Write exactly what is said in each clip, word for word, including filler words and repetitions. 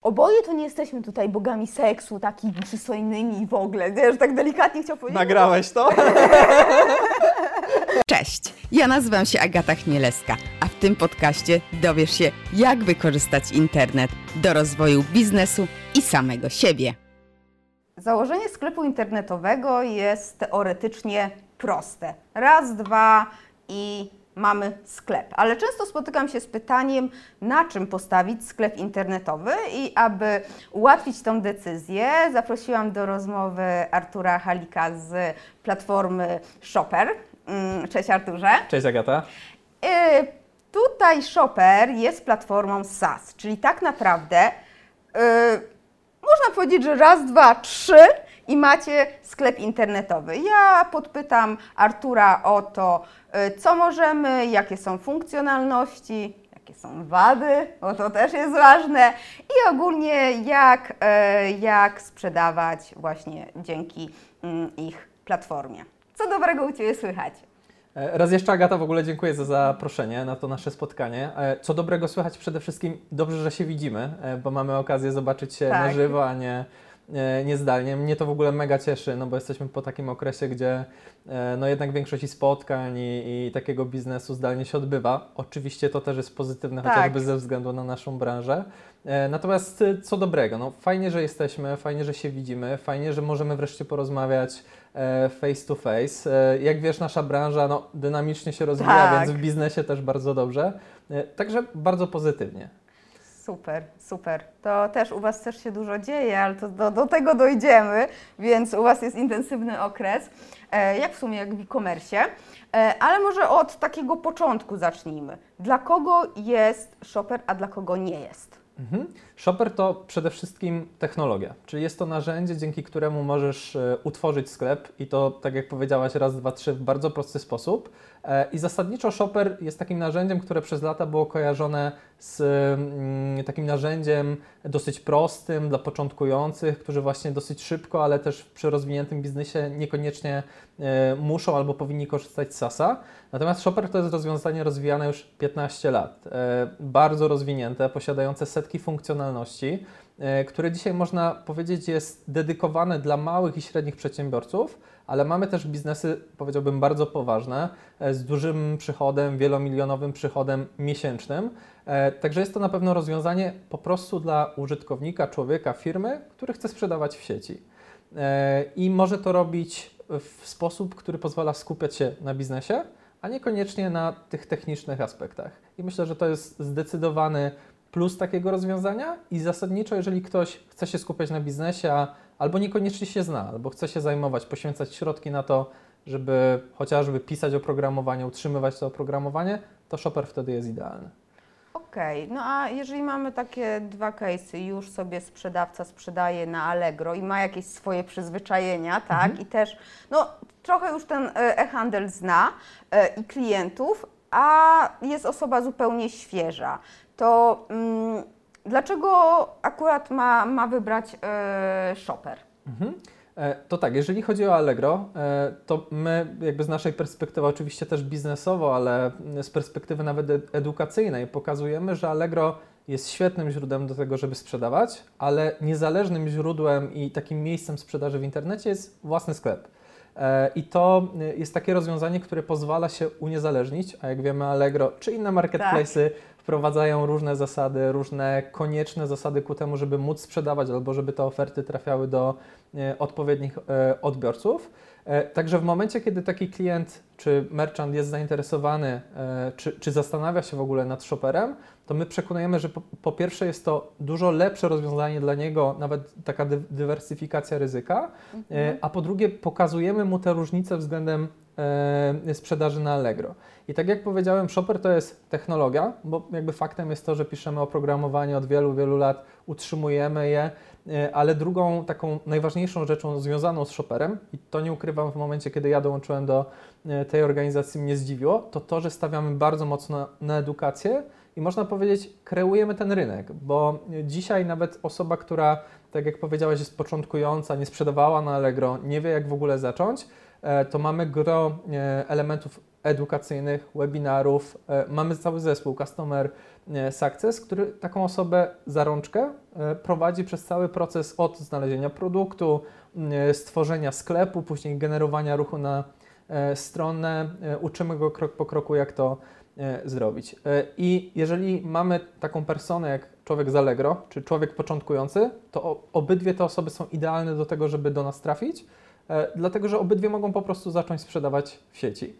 oboje to nie jesteśmy tutaj bogami seksu, takimi przystojnymi w ogóle, wiesz, tak delikatnie chciał powiedzieć. Nagrałeś to? Cześć, ja nazywam się Agata Chmielewska, a w tym podcaście dowiesz się, jak wykorzystać internet do rozwoju biznesu i samego siebie. Założenie sklepu internetowego jest teoretycznie proste. Raz, dwa i mamy sklep. Ale często spotykam się z pytaniem, na czym postawić sklep internetowy, i aby ułatwić tą decyzję, zaprosiłam do rozmowy Artura Halika z platformy Shopper. Cześć Arturze. Cześć Agata. Yy, tutaj Shopper jest platformą SaaS, czyli tak naprawdę yy, można powiedzieć, że raz, dwa, trzy i macie sklep internetowy. Ja podpytam Artura o to, yy, co możemy, jakie są funkcjonalności, jakie są wady, bo to też jest ważne, i ogólnie jak, yy, jak sprzedawać właśnie dzięki yy, ich platformie. Co dobrego u Ciebie słychać? Raz jeszcze Agata, w ogóle dziękuję za zaproszenie na to nasze spotkanie. Co dobrego słychać, przede wszystkim dobrze, że się widzimy, bo mamy okazję zobaczyć się tak. na żywo, a nie, nie zdalnie. Mnie to w ogóle mega cieszy, no bo jesteśmy po takim okresie, gdzie no jednak większość i spotkań i, i takiego biznesu zdalnie się odbywa. Oczywiście to też jest pozytywne, tak. chociażby ze względu na naszą branżę. Natomiast co dobrego, no fajnie, że jesteśmy, fajnie, że się widzimy, fajnie, że możemy wreszcie porozmawiać face to face. Jak wiesz, nasza branża no, dynamicznie się rozwija, tak. więc w biznesie też bardzo dobrze. Także bardzo pozytywnie. Super, super. To też u Was też się dużo dzieje, ale to do, do tego dojdziemy, więc u Was jest intensywny okres, e, jak w sumie jak w e-commerce. E, ale może od takiego początku zacznijmy. Dla kogo jest Shopper, a dla kogo nie jest? Mhm. Shopper to przede wszystkim technologia, czyli jest to narzędzie, dzięki któremu możesz e, utworzyć sklep, i to, tak jak powiedziałaś, raz, dwa, trzy w bardzo prosty sposób. E, I zasadniczo Shopper jest takim narzędziem, które przez lata było kojarzone z mm, takim narzędziem dosyć prostym dla początkujących, którzy właśnie dosyć szybko, ale też przy rozwiniętym biznesie niekoniecznie e, muszą albo powinni korzystać z SaaSa. Natomiast Shopper to jest rozwiązanie rozwijane już piętnaście lat, e, bardzo rozwinięte, posiadające setki funkcjonalności, e, które dzisiaj można powiedzieć jest dedykowane dla małych i średnich przedsiębiorców, ale mamy też biznesy, powiedziałbym, bardzo poważne, e, z dużym przychodem, wielomilionowym przychodem miesięcznym. E, także jest to na pewno rozwiązanie po prostu dla użytkownika, człowieka, firmy, który chce sprzedawać w sieci. E, I może to robić w sposób, który pozwala skupiać się na biznesie, a niekoniecznie na tych technicznych aspektach. I myślę, że to jest zdecydowany plus takiego rozwiązania, i zasadniczo, jeżeli ktoś chce się skupiać na biznesie, a albo niekoniecznie się zna, albo chce się zajmować, poświęcać środki na to, żeby chociażby pisać oprogramowanie, utrzymywać to oprogramowanie, to Shopper wtedy jest idealny. Okej, okay. No a jeżeli mamy takie dwa case'y, już sobie sprzedawca sprzedaje na Allegro i ma jakieś swoje przyzwyczajenia, tak, mhm. i też no, trochę już ten e-handel zna e, i klientów, a jest osoba zupełnie świeża, to mm, dlaczego akurat ma, ma wybrać e, Shopper? Mhm. To tak, jeżeli chodzi o Allegro, to my jakby z naszej perspektywy, oczywiście też biznesowo, ale z perspektywy nawet edukacyjnej, pokazujemy, że Allegro jest świetnym źródłem do tego, żeby sprzedawać, ale niezależnym źródłem i takim miejscem sprzedaży w internecie jest własny sklep. I to jest takie rozwiązanie, które pozwala się uniezależnić, a jak wiemy, Allegro czy inne marketplace'y tak. wprowadzają różne zasady, różne konieczne zasady ku temu, żeby móc sprzedawać albo żeby te oferty trafiały do e, odpowiednich e, odbiorców. E, także w momencie, kiedy taki klient czy merchant jest zainteresowany, e, czy, czy zastanawia się w ogóle nad Shopperem, to my przekonujemy, że po, po pierwsze jest to dużo lepsze rozwiązanie dla niego, nawet taka dy, dywersyfikacja ryzyka, mhm. e, a po drugie pokazujemy mu te różnice względem e, sprzedaży na Allegro. I tak jak powiedziałem, Shopper to jest technologia, bo jakby faktem jest to, że piszemy oprogramowanie od wielu, wielu lat, utrzymujemy je, ale drugą taką najważniejszą rzeczą związaną z Shopperem, i to nie ukrywam, w momencie, kiedy ja dołączyłem do tej organizacji, mnie zdziwiło, to to, że stawiamy bardzo mocno na edukację i można powiedzieć, kreujemy ten rynek, bo dzisiaj nawet osoba, która, tak jak powiedziałaś, jest początkująca, nie sprzedawała na Allegro, nie wie, jak w ogóle zacząć, to mamy gro elementów edukacyjnych, webinarów. Mamy cały zespół Customer Success, który taką osobę za rączkę prowadzi przez cały proces od znalezienia produktu, stworzenia sklepu, później generowania ruchu na stronę. Uczymy go krok po kroku, jak to zrobić. I jeżeli mamy taką personę jak człowiek z Allegro, czy człowiek początkujący, to obydwie te osoby są idealne do tego, żeby do nas trafić, dlatego że obydwie mogą po prostu zacząć sprzedawać w sieci.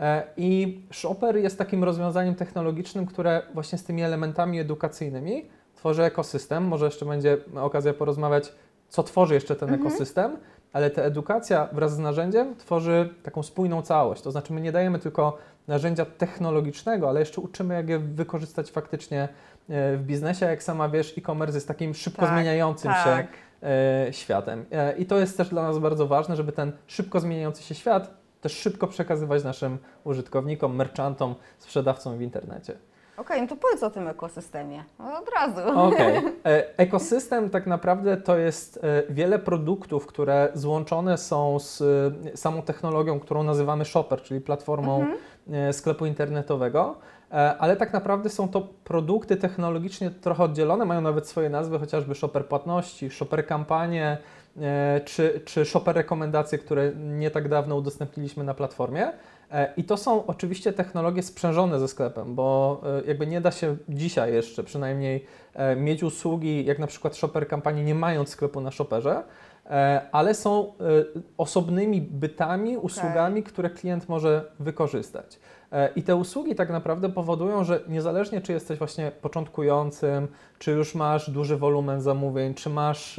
I Shopper jest takim rozwiązaniem technologicznym, które właśnie z tymi elementami edukacyjnymi tworzy ekosystem. Może jeszcze będzie okazja porozmawiać, co tworzy jeszcze ten mhm. ekosystem, ale ta edukacja wraz z narzędziem tworzy taką spójną całość. To znaczy my nie dajemy tylko narzędzia technologicznego, ale jeszcze uczymy, jak je wykorzystać faktycznie w biznesie. Jak sama wiesz, e-commerce jest takim szybko tak, zmieniającym tak. się światem. I to jest też dla nas bardzo ważne, żeby ten szybko zmieniający się świat też szybko przekazywać naszym użytkownikom, merchantom, sprzedawcom w internecie. Okej, okay, no to powiedz o tym ekosystemie, no od razu. Okej. Okay. Ekosystem tak naprawdę to jest wiele produktów, które złączone są z samą technologią, którą nazywamy Shopper, czyli platformą mhm. sklepu internetowego, ale tak naprawdę są to produkty technologicznie trochę oddzielone, mają nawet swoje nazwy, chociażby Shopper Płatności, Shopper Kampanie, czy, czy Shopper Rekomendacje, które nie tak dawno udostępniliśmy na platformie. I to są oczywiście technologie sprzężone ze sklepem, bo jakby nie da się dzisiaj jeszcze przynajmniej mieć usługi, jak na przykład Shopper Kampanii, nie mając sklepu na Shopperze, ale są osobnymi bytami, usługami, okay. które klient może wykorzystać. I te usługi tak naprawdę powodują, że niezależnie czy jesteś właśnie początkującym, czy już masz duży wolumen zamówień, czy masz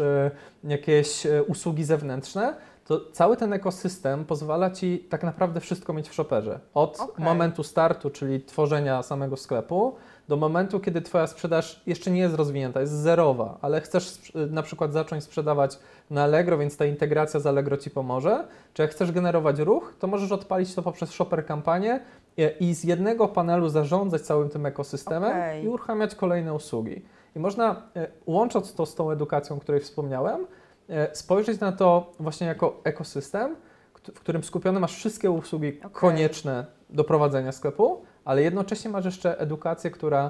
jakieś usługi zewnętrzne, to cały ten ekosystem pozwala Ci tak naprawdę wszystko mieć w Shopperze. Od okay. momentu startu, czyli tworzenia samego sklepu, do momentu, kiedy Twoja sprzedaż jeszcze nie jest rozwinięta, jest zerowa, ale chcesz na przykład zacząć sprzedawać na Allegro, więc ta integracja z Allegro Ci pomoże. Czy jak chcesz generować ruch, to możesz odpalić to poprzez Shopper Kampanię i z jednego panelu zarządzać całym tym ekosystemem okay. i uruchamiać kolejne usługi. I można, łącząc to z tą edukacją, o której wspomniałem, spojrzeć na to właśnie jako ekosystem, w którym skupione masz wszystkie usługi okay. konieczne do prowadzenia sklepu, ale jednocześnie masz jeszcze edukację, która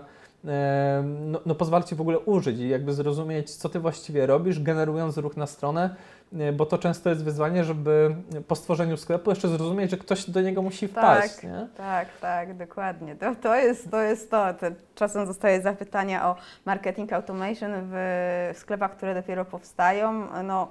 no, no pozwala Ci w ogóle użyć i jakby zrozumieć, co Ty właściwie robisz, generując ruch na stronę, bo to często jest wyzwanie, żeby po stworzeniu sklepu jeszcze zrozumieć, że ktoś do niego musi wpaść. Tak, nie? tak, tak, dokładnie. To, to jest to. Jest to. to czasem zostaje zapytania o marketing automation w sklepach, które dopiero powstają. No,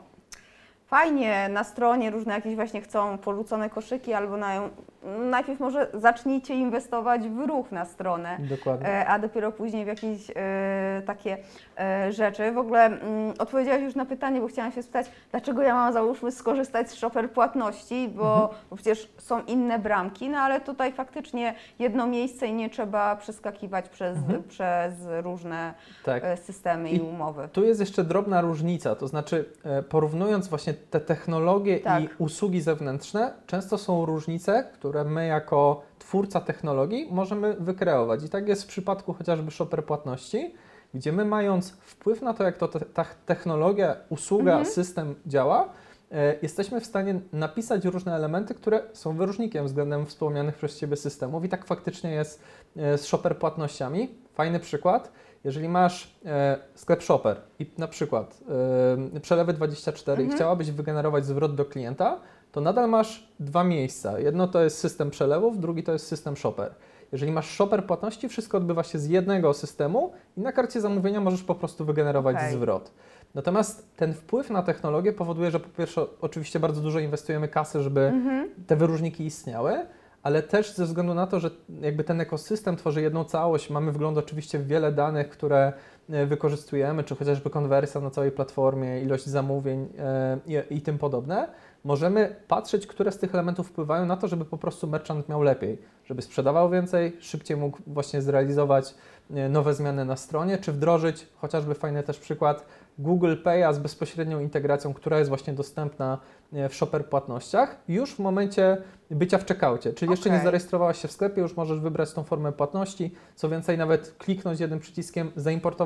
fajnie, na stronie różne jakieś właśnie chcą porzucone koszyki albo na, najpierw może zacznijcie inwestować w ruch na stronę, Dokładnie. a dopiero później w jakieś e, takie e, rzeczy. W ogóle m, odpowiedziałaś już na pytanie, bo chciałam się spytać, dlaczego ja mam załóżmy skorzystać z Shopper Płatności, bo, mhm. bo przecież są inne bramki, no ale tutaj faktycznie jedno miejsce i nie trzeba przeskakiwać przez, mhm. przez różne tak. systemy i, i umowy. Tu jest jeszcze drobna różnica, to znaczy porównując właśnie te technologie tak. i usługi zewnętrzne, często są różnice, które my jako twórca technologii możemy wykreować. I tak jest w przypadku chociażby Shopper Płatności, gdzie my mając wpływ na to, jak to te, ta technologia, usługa, mhm. system działa, e, jesteśmy w stanie napisać różne elementy, które są wyróżnikiem względem wspomnianych przez Ciebie systemów. I tak faktycznie jest e, z Shopper Płatnościami. Fajny przykład. Jeżeli masz e, sklep Shopper i na przykład e, przelewy dwadzieścia cztery mhm. i chciałabyś wygenerować zwrot do klienta, to nadal masz dwa miejsca. Jedno to jest system przelewów, drugi to jest system Shopper. Jeżeli masz Shopper Płatności, wszystko odbywa się z jednego systemu i na karcie zamówienia możesz po prostu wygenerować okay. zwrot. Natomiast ten wpływ na technologię powoduje, że po pierwsze oczywiście bardzo dużo inwestujemy kasy, żeby mhm. te wyróżniki istniały, ale też ze względu na to, że jakby ten ekosystem tworzy jedną całość, mamy wgląd oczywiście w wiele danych, które wykorzystujemy, czy chociażby konwersja na całej platformie, ilość zamówień i, i tym podobne, możemy patrzeć, które z tych elementów wpływają na to, żeby po prostu merchant miał lepiej, żeby sprzedawał więcej, szybciej mógł właśnie zrealizować nowe zmiany na stronie, czy wdrożyć, chociażby fajny też przykład, Google Pay'a z bezpośrednią integracją, która jest właśnie dostępna w Shopper Płatnościach, już w momencie bycia w checkoutie, czyli okay. jeszcze nie zarejestrowałaś się w sklepie, już możesz wybrać tą formę płatności, co więcej nawet kliknąć jednym przyciskiem, zaimportować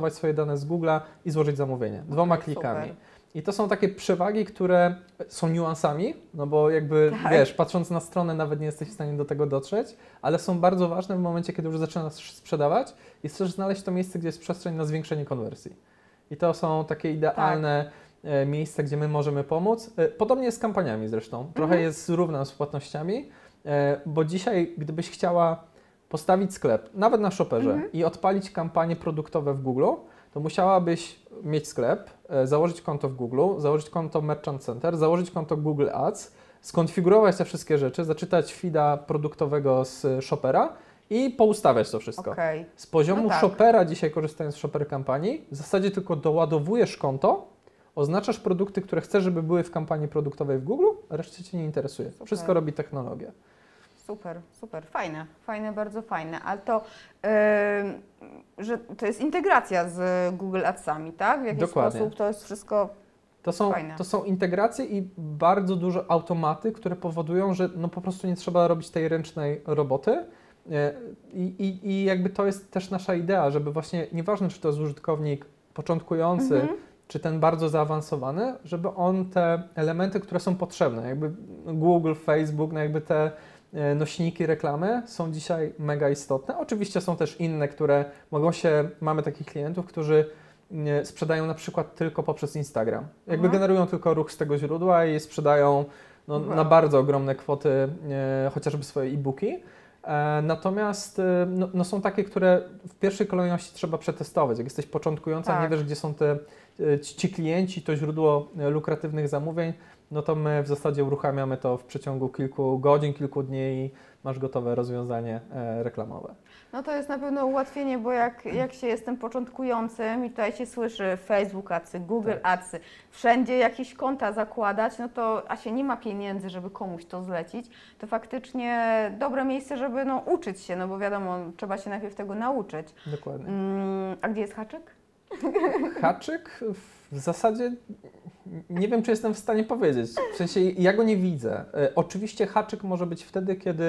przetestować swoje dane z Google'a i złożyć zamówienie dwoma Okay, klikami. super. I to są takie przewagi, które są niuansami, no bo jakby, Tak. wiesz, patrząc na stronę nawet nie jesteś w stanie do tego dotrzeć, ale są bardzo ważne w momencie, kiedy już zaczynasz sprzedawać i chcesz znaleźć to miejsce, gdzie jest przestrzeń na zwiększenie konwersji. I to są takie idealne tak. miejsca, gdzie my możemy pomóc. Podobnie jest z kampaniami zresztą. Trochę mhm. jest równa z płatnościami, bo dzisiaj, gdybyś chciała postawić sklep, nawet na Shopperze mhm. i odpalić kampanie produktowe w Google, to musiałabyś mieć sklep, założyć konto w Google, założyć konto Merchant Center, założyć konto Google Ads, skonfigurować te wszystkie rzeczy, zaczytać feeda produktowego z Shoppera i poustawiać to wszystko. Okay. Z poziomu no tak. Shoppera, dzisiaj korzystając z Shopper kampanii, w zasadzie tylko doładowujesz konto, oznaczasz produkty, które chcesz, żeby były w kampanii produktowej w Google, a reszta Cię nie interesuje. Super. Wszystko robi technologia. Super, super, fajne, fajne, bardzo fajne, ale to, yy, że to jest integracja z Google Adsami, tak? W jakiś Dokładnie. sposób to jest wszystko to są, fajne. To są integracje i bardzo duże automaty, które powodują, że no po prostu nie trzeba robić tej ręcznej roboty. I, i, i jakby to jest też nasza idea, żeby właśnie, nieważne czy to jest użytkownik początkujący, mhm. czy ten bardzo zaawansowany, żeby on te elementy, które są potrzebne, jakby Google, Facebook, no jakby te nośniki reklamy są dzisiaj mega istotne. Oczywiście są też inne, które mogą się, mamy takich klientów, którzy sprzedają na przykład tylko poprzez Instagram. Jakby Aha. generują tylko ruch z tego źródła i sprzedają no, wow. na bardzo ogromne kwoty e, chociażby swoje e-booki. E, natomiast e, no, no są takie, które w pierwszej kolejności trzeba przetestować. Jak jesteś początkująca, tak. nie wiesz, gdzie są te, ci klienci, to źródło lukratywnych zamówień, no to my w zasadzie uruchamiamy to w przeciągu kilku godzin, kilku dni i masz gotowe rozwiązanie e, reklamowe. No to jest na pewno ułatwienie, bo jak, jak się jestem początkującym i tutaj się słyszy Facebook Adsy, Google tak. Adsy, wszędzie jakieś konta zakładać, no to a się nie ma pieniędzy, żeby komuś to zlecić, to faktycznie dobre miejsce, żeby no, uczyć się, no bo wiadomo, trzeba się najpierw tego nauczyć. Dokładnie. Mm, a gdzie jest haczyk? Haczyk w zasadzie nie wiem, czy jestem w stanie powiedzieć. W sensie ja go nie widzę. E, oczywiście haczyk może być wtedy, kiedy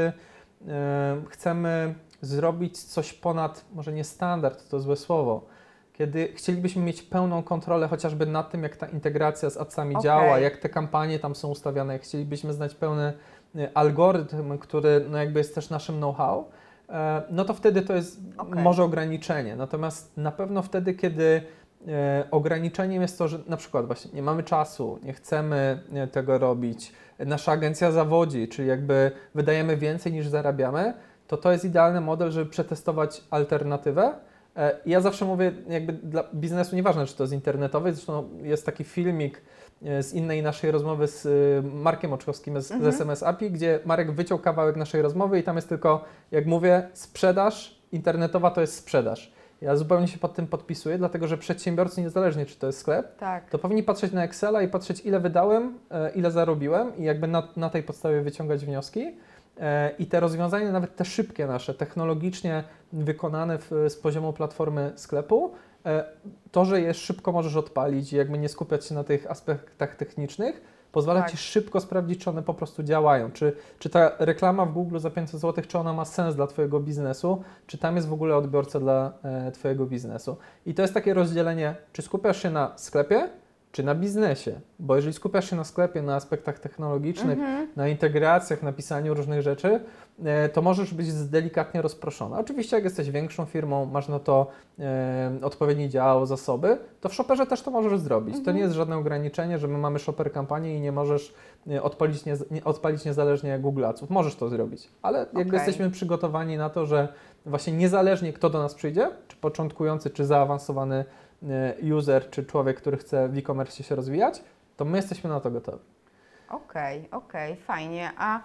e, chcemy zrobić coś ponad, może nie standard, to złe słowo, kiedy chcielibyśmy mieć pełną kontrolę chociażby nad tym, jak ta integracja z adsami okay. działa, jak te kampanie tam są ustawiane, jak chcielibyśmy znać pełny algorytm, który no jakby jest też naszym know-how, e, no to wtedy to jest okay. może ograniczenie. Natomiast na pewno wtedy, kiedy E, ograniczeniem jest to, że na przykład właśnie nie mamy czasu, nie chcemy tego robić, nasza agencja zawodzi, czyli jakby wydajemy więcej niż zarabiamy, to to jest idealny model, żeby przetestować alternatywę. E, ja zawsze mówię, jakby dla biznesu, nieważne czy to jest internetowy, zresztą jest taki filmik z innej naszej rozmowy z Markiem Oczkowskim z, mhm. z S M S A P I, gdzie Marek wyciął kawałek naszej rozmowy i tam jest tylko, jak mówię, sprzedaż internetowa to jest sprzedaż. Ja zupełnie się pod tym podpisuję, dlatego że przedsiębiorcy, niezależnie czy to jest sklep, tak. to powinni patrzeć na Excela i patrzeć, ile wydałem, ile zarobiłem i jakby na, na tej podstawie wyciągać wnioski. I te rozwiązania, nawet te szybkie nasze, technologicznie wykonane w, z poziomu platformy sklepu, to, że je szybko możesz odpalić i jakby nie skupiać się na tych aspektach technicznych, pozwala tak. Ci szybko sprawdzić, czy one po prostu działają. Czy, czy ta reklama w Google za pięćset złotych, czy ona ma sens dla Twojego biznesu, czy tam jest w ogóle odbiorca dla e, Twojego biznesu. I to jest takie rozdzielenie, czy skupiasz się na sklepie, czy na biznesie. Bo jeżeli skupiasz się na sklepie, na aspektach technologicznych, mm-hmm. na integracjach, na pisaniu różnych rzeczy, e, to możesz być delikatnie rozproszona. Oczywiście jak jesteś większą firmą, masz na to e, odpowiedni dział, zasoby, to w Shopperze też to możesz zrobić. Mm-hmm. To nie jest żadne ograniczenie, że my mamy Shopper kampanię i nie możesz e, odpalić, nie, nie, odpalić niezależnie Google Adsów. Możesz to zrobić, ale jakby okay. jesteśmy przygotowani na to, że właśnie niezależnie kto do nas przyjdzie, czy początkujący, czy zaawansowany user, czy człowiek, który chce w e-commerce się rozwijać, to my jesteśmy na to gotowi. Okej, okay, okej, okay, fajnie. A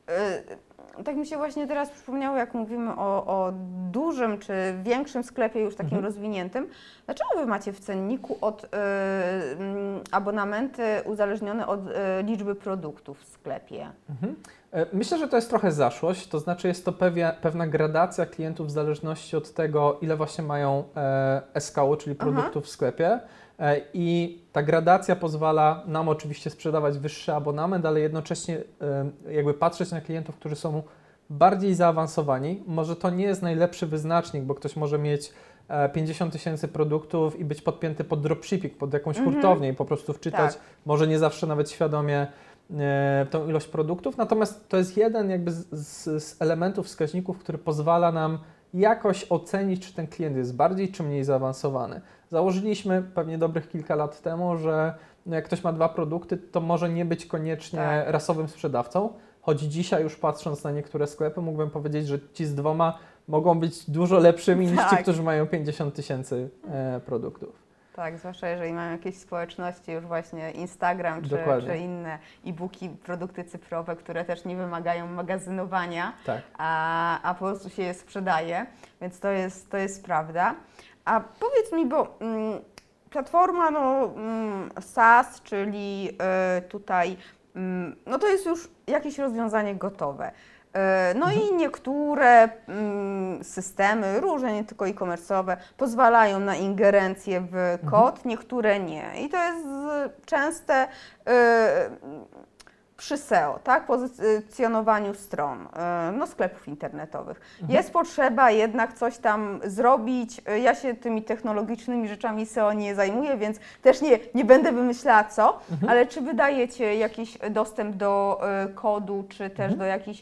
y, tak mi się właśnie teraz przypomniało, jak mówimy o, o dużym czy większym sklepie już takim mhm. rozwiniętym, dlaczego Wy macie w cenniku od y, y, abonamenty uzależnione od y, liczby produktów w sklepie? Mhm. Myślę, że to jest trochę zaszłość, to znaczy jest to pewia, pewna gradacja klientów w zależności od tego, ile właśnie mają e, S K U, czyli produktów Aha. w sklepie e, i ta gradacja pozwala nam oczywiście sprzedawać wyższy abonament, ale jednocześnie e, jakby patrzeć na klientów, którzy są bardziej zaawansowani. Może to nie jest najlepszy wyznacznik, bo ktoś może mieć pięćdziesiąt tysięcy produktów i być podpięty pod dropshipping, pod jakąś mhm. hurtownię i po prostu wczytać, tak. może nie zawsze nawet świadomie e, tą ilość produktów. Natomiast to jest jeden jakby z, z, z elementów, wskaźników, który pozwala nam jakoś ocenić, czy ten klient jest bardziej czy mniej zaawansowany. Założyliśmy pewnie dobrych kilka lat temu, że no jak ktoś ma dwa produkty, to może nie być koniecznie tak. rasowym sprzedawcą, choć dzisiaj już patrząc na niektóre sklepy mógłbym powiedzieć, że ci z dwoma mogą być dużo lepszymi niż tak. ci, którzy mają pięćdziesiąt tysięcy e, produktów. Tak, zwłaszcza jeżeli mają jakieś społeczności, już właśnie Instagram czy, czy inne e-booki, produkty cyfrowe, które też nie wymagają magazynowania, tak. a, a po prostu się je sprzedaje, więc to jest, to jest prawda. A powiedz mi, bo mm, platforma no, mm, SaaS, czyli y, tutaj, mm, no to jest już jakieś rozwiązanie gotowe. No mhm. i niektóre mm, systemy, różne, nie tylko e-commerce'owe, pozwalają na ingerencję w kod, mhm. niektóre nie. I to jest częste y, przy S E O, tak, pozycjonowaniu stron, y, no sklepów internetowych. Mhm. Jest potrzeba jednak coś tam zrobić. Ja się tymi technologicznymi rzeczami S E O nie zajmuję, więc też nie, nie będę wymyślała co, mhm. ale czy wydajecie jakiś dostęp do y, kodu, czy też mhm. do jakichś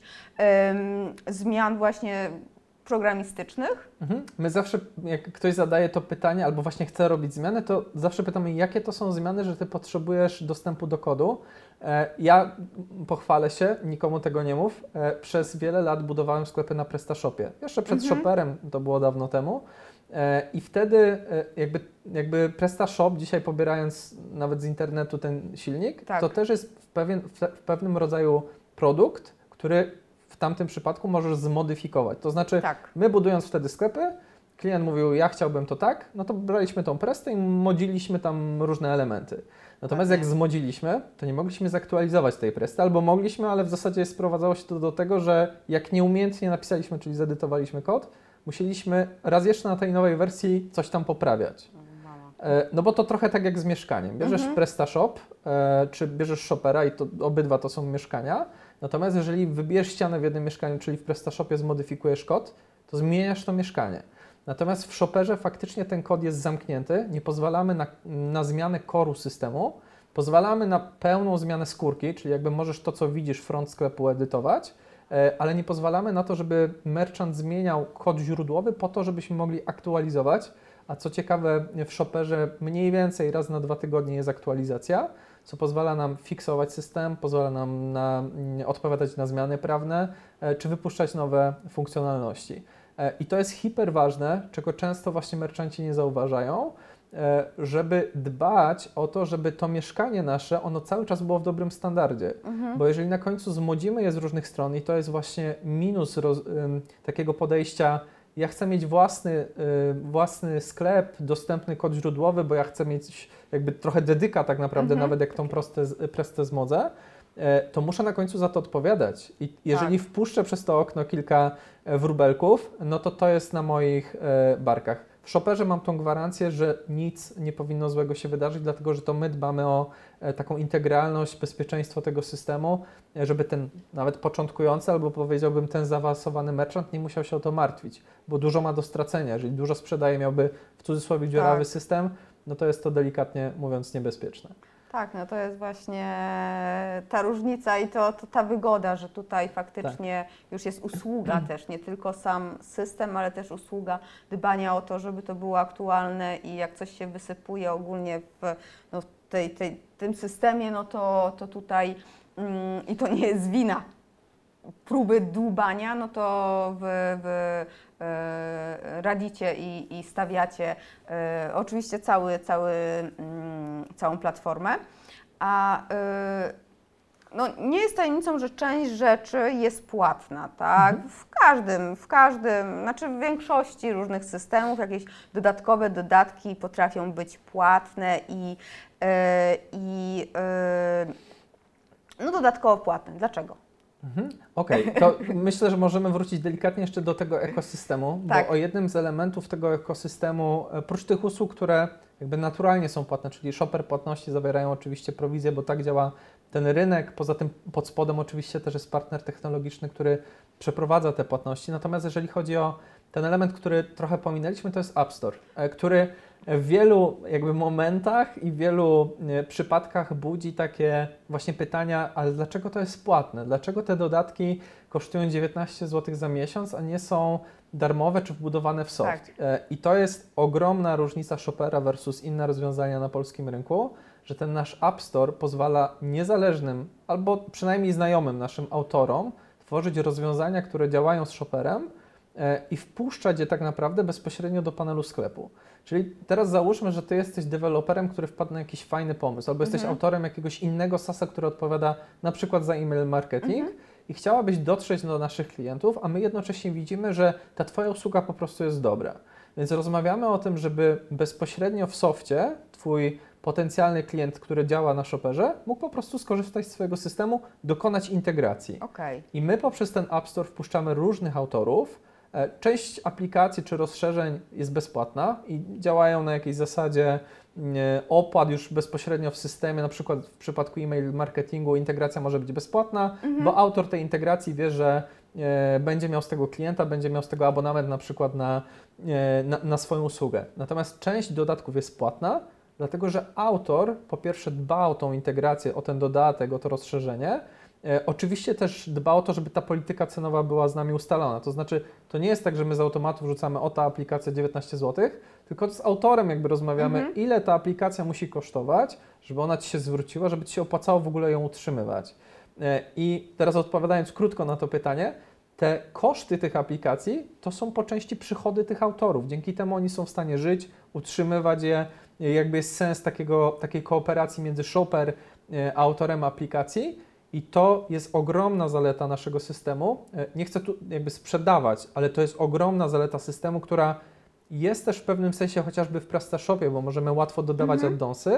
y, zmian właśnie programistycznych? Mhm. My zawsze, jak ktoś zadaje to pytanie albo właśnie chce robić zmiany, to zawsze pytamy, jakie to są zmiany, że Ty potrzebujesz dostępu do kodu. Ja pochwalę się, nikomu tego nie mów. Przez wiele lat budowałem sklepy na PrestaShopie. Jeszcze przed mhm. Shopperem, to było dawno temu. I wtedy jakby, jakby PrestaShop, dzisiaj pobierając nawet z internetu ten silnik, tak. to też jest w, pewien, w pewnym rodzaju produkt, który w tamtym przypadku możesz zmodyfikować. To znaczy, tak. my budując wtedy sklepy, klient mówił, ja chciałbym to tak, no to braliśmy tą prestę i modziliśmy tam różne elementy. Natomiast tak, jak zmodziliśmy, to nie mogliśmy zaktualizować tej presty, albo mogliśmy, ale w zasadzie sprowadzało się to do tego, że jak nieumiejętnie napisaliśmy, czyli zedytowaliśmy kod, musieliśmy raz jeszcze na tej nowej wersji coś tam poprawiać. No bo to trochę tak jak z mieszkaniem. Bierzesz mhm. PrestaShop, e, czy bierzesz Shoppera i to obydwa to są mieszkania. Natomiast jeżeli wybijesz ścianę w jednym mieszkaniu, czyli w PrestaShopie zmodyfikujesz kod, to zmieniasz to mieszkanie. Natomiast w Shopperze faktycznie ten kod jest zamknięty, nie pozwalamy na, na zmianę core'u systemu, pozwalamy na pełną zmianę skórki, czyli jakby możesz to, co widzisz front sklepu edytować, e, ale nie pozwalamy na to, żeby merchant zmieniał kod źródłowy po to, żebyśmy mogli aktualizować. A co ciekawe, w Shopperze mniej więcej raz na dwa tygodnie jest aktualizacja, co pozwala nam fiksować system, pozwala nam na, odpowiadać na zmiany prawne, czy wypuszczać nowe funkcjonalności. I to jest hiperważne, czego często właśnie merchanci nie zauważają, żeby dbać o to, żeby to mieszkanie nasze, ono cały czas było w dobrym standardzie. Mhm. Bo jeżeli na końcu zmodzimy je z różnych stron i to jest właśnie minus roz, takiego podejścia, ja chcę mieć własny, y, własny sklep, dostępny kod źródłowy, bo ja chcę mieć jakby trochę dedyka tak naprawdę, mhm. nawet jak tą prostę, prestę zmodzę, y, to muszę na końcu za to odpowiadać. I jeżeli tak. wpuszczę przez to okno kilka wróbelków, no to to jest na moich y, barkach. W Shopperze mam tą gwarancję, że nic nie powinno złego się wydarzyć, dlatego że to my dbamy o e, taką integralność, bezpieczeństwo tego systemu, e, żeby ten nawet początkujący, albo powiedziałbym ten zaawansowany merchant nie musiał się o to martwić, bo dużo ma do stracenia. Jeżeli dużo sprzedaje, miałby w cudzysłowie dziurawy tak. system, no to jest to delikatnie mówiąc niebezpieczne. Tak, no to jest właśnie ta różnica i to, to ta wygoda, że tutaj faktycznie tak. już jest usługa też, nie tylko sam system, ale też usługa dbania o to, żeby to było aktualne i jak coś się wysypuje ogólnie w no, tej, tej, tym systemie, no to, to tutaj mm, i to nie jest wina próby dłubania, no to wy, wy e, radzicie i, i stawiacie e, oczywiście cały, cały, mm, całą platformę, a e, no, nie jest tajemnicą, że część rzeczy jest płatna, tak? Mhm. W każdym, w każdym, znaczy w większości różnych systemów jakieś dodatkowe dodatki potrafią być płatne i, e, i e, no dodatkowo płatne. Dlaczego? Mhm. Okej, okay. To myślę, że możemy wrócić delikatnie jeszcze do tego ekosystemu, tak. bo o jednym z elementów tego ekosystemu, oprócz tych usług, które jakby naturalnie są płatne, czyli Shopper płatności zawierają oczywiście prowizję, bo tak działa ten rynek. Poza tym pod spodem oczywiście też jest partner technologiczny, który przeprowadza te płatności. Natomiast jeżeli chodzi o ten element, który trochę pominęliśmy, to jest App Store, który w wielu jakby momentach i w wielu przypadkach budzi takie właśnie pytania, ale dlaczego to jest płatne? Dlaczego te dodatki kosztują dziewiętnaście złotych za miesiąc, a nie są darmowe czy wbudowane w soft? Tak. I to jest ogromna różnica Shopera versus inne rozwiązania na polskim rynku, że ten nasz App Store pozwala niezależnym albo przynajmniej znajomym naszym autorom tworzyć rozwiązania, które działają z Shoperem i wpuszczać je tak naprawdę bezpośrednio do panelu sklepu. Czyli teraz załóżmy, że Ty jesteś deweloperem, który wpadł na jakiś fajny pomysł, albo jesteś mhm. autorem jakiegoś innego SaaSa, który odpowiada na przykład za e-mail marketing mhm. i chciałabyś dotrzeć do naszych klientów, a my jednocześnie widzimy, że ta Twoja usługa po prostu jest dobra. Więc rozmawiamy o tym, żeby bezpośrednio w softie Twój potencjalny klient, który działa na Shoperze, mógł po prostu skorzystać z swojego systemu, dokonać integracji. Okay. I my poprzez ten App Store wpuszczamy różnych autorów. Część aplikacji czy rozszerzeń jest bezpłatna i działają na jakiejś zasadzie opłat już bezpośrednio w systemie, na przykład w przypadku e-mail marketingu integracja może być bezpłatna, mhm. bo autor tej integracji wie, że e, będzie miał z tego klienta, będzie miał z tego abonament na przykład na, e, na, na swoją usługę. Natomiast część dodatków jest płatna, dlatego że autor po pierwsze dba o tą integrację, o ten dodatek, o to rozszerzenie. E, oczywiście też dba o to, żeby ta polityka cenowa była z nami ustalona. To znaczy, to nie jest tak, że my z automatu wrzucamy o ta aplikacja dziewiętnaście złotych, tylko z autorem jakby rozmawiamy, mhm. ile ta aplikacja musi kosztować, żeby ona Ci się zwróciła, żeby Ci się opłacało w ogóle ją utrzymywać. E, I teraz odpowiadając krótko na to pytanie, te koszty tych aplikacji to są po części przychody tych autorów. Dzięki temu oni są w stanie żyć, utrzymywać je. Jakby jest sens takiego, takiej kooperacji między Shopper a autorem aplikacji i to jest ogromna zaleta naszego systemu. Nie chcę tu jakby sprzedawać, ale to jest ogromna zaleta systemu, która jest też w pewnym sensie chociażby w PrestaShopie, bo możemy łatwo dodawać mhm. addonsy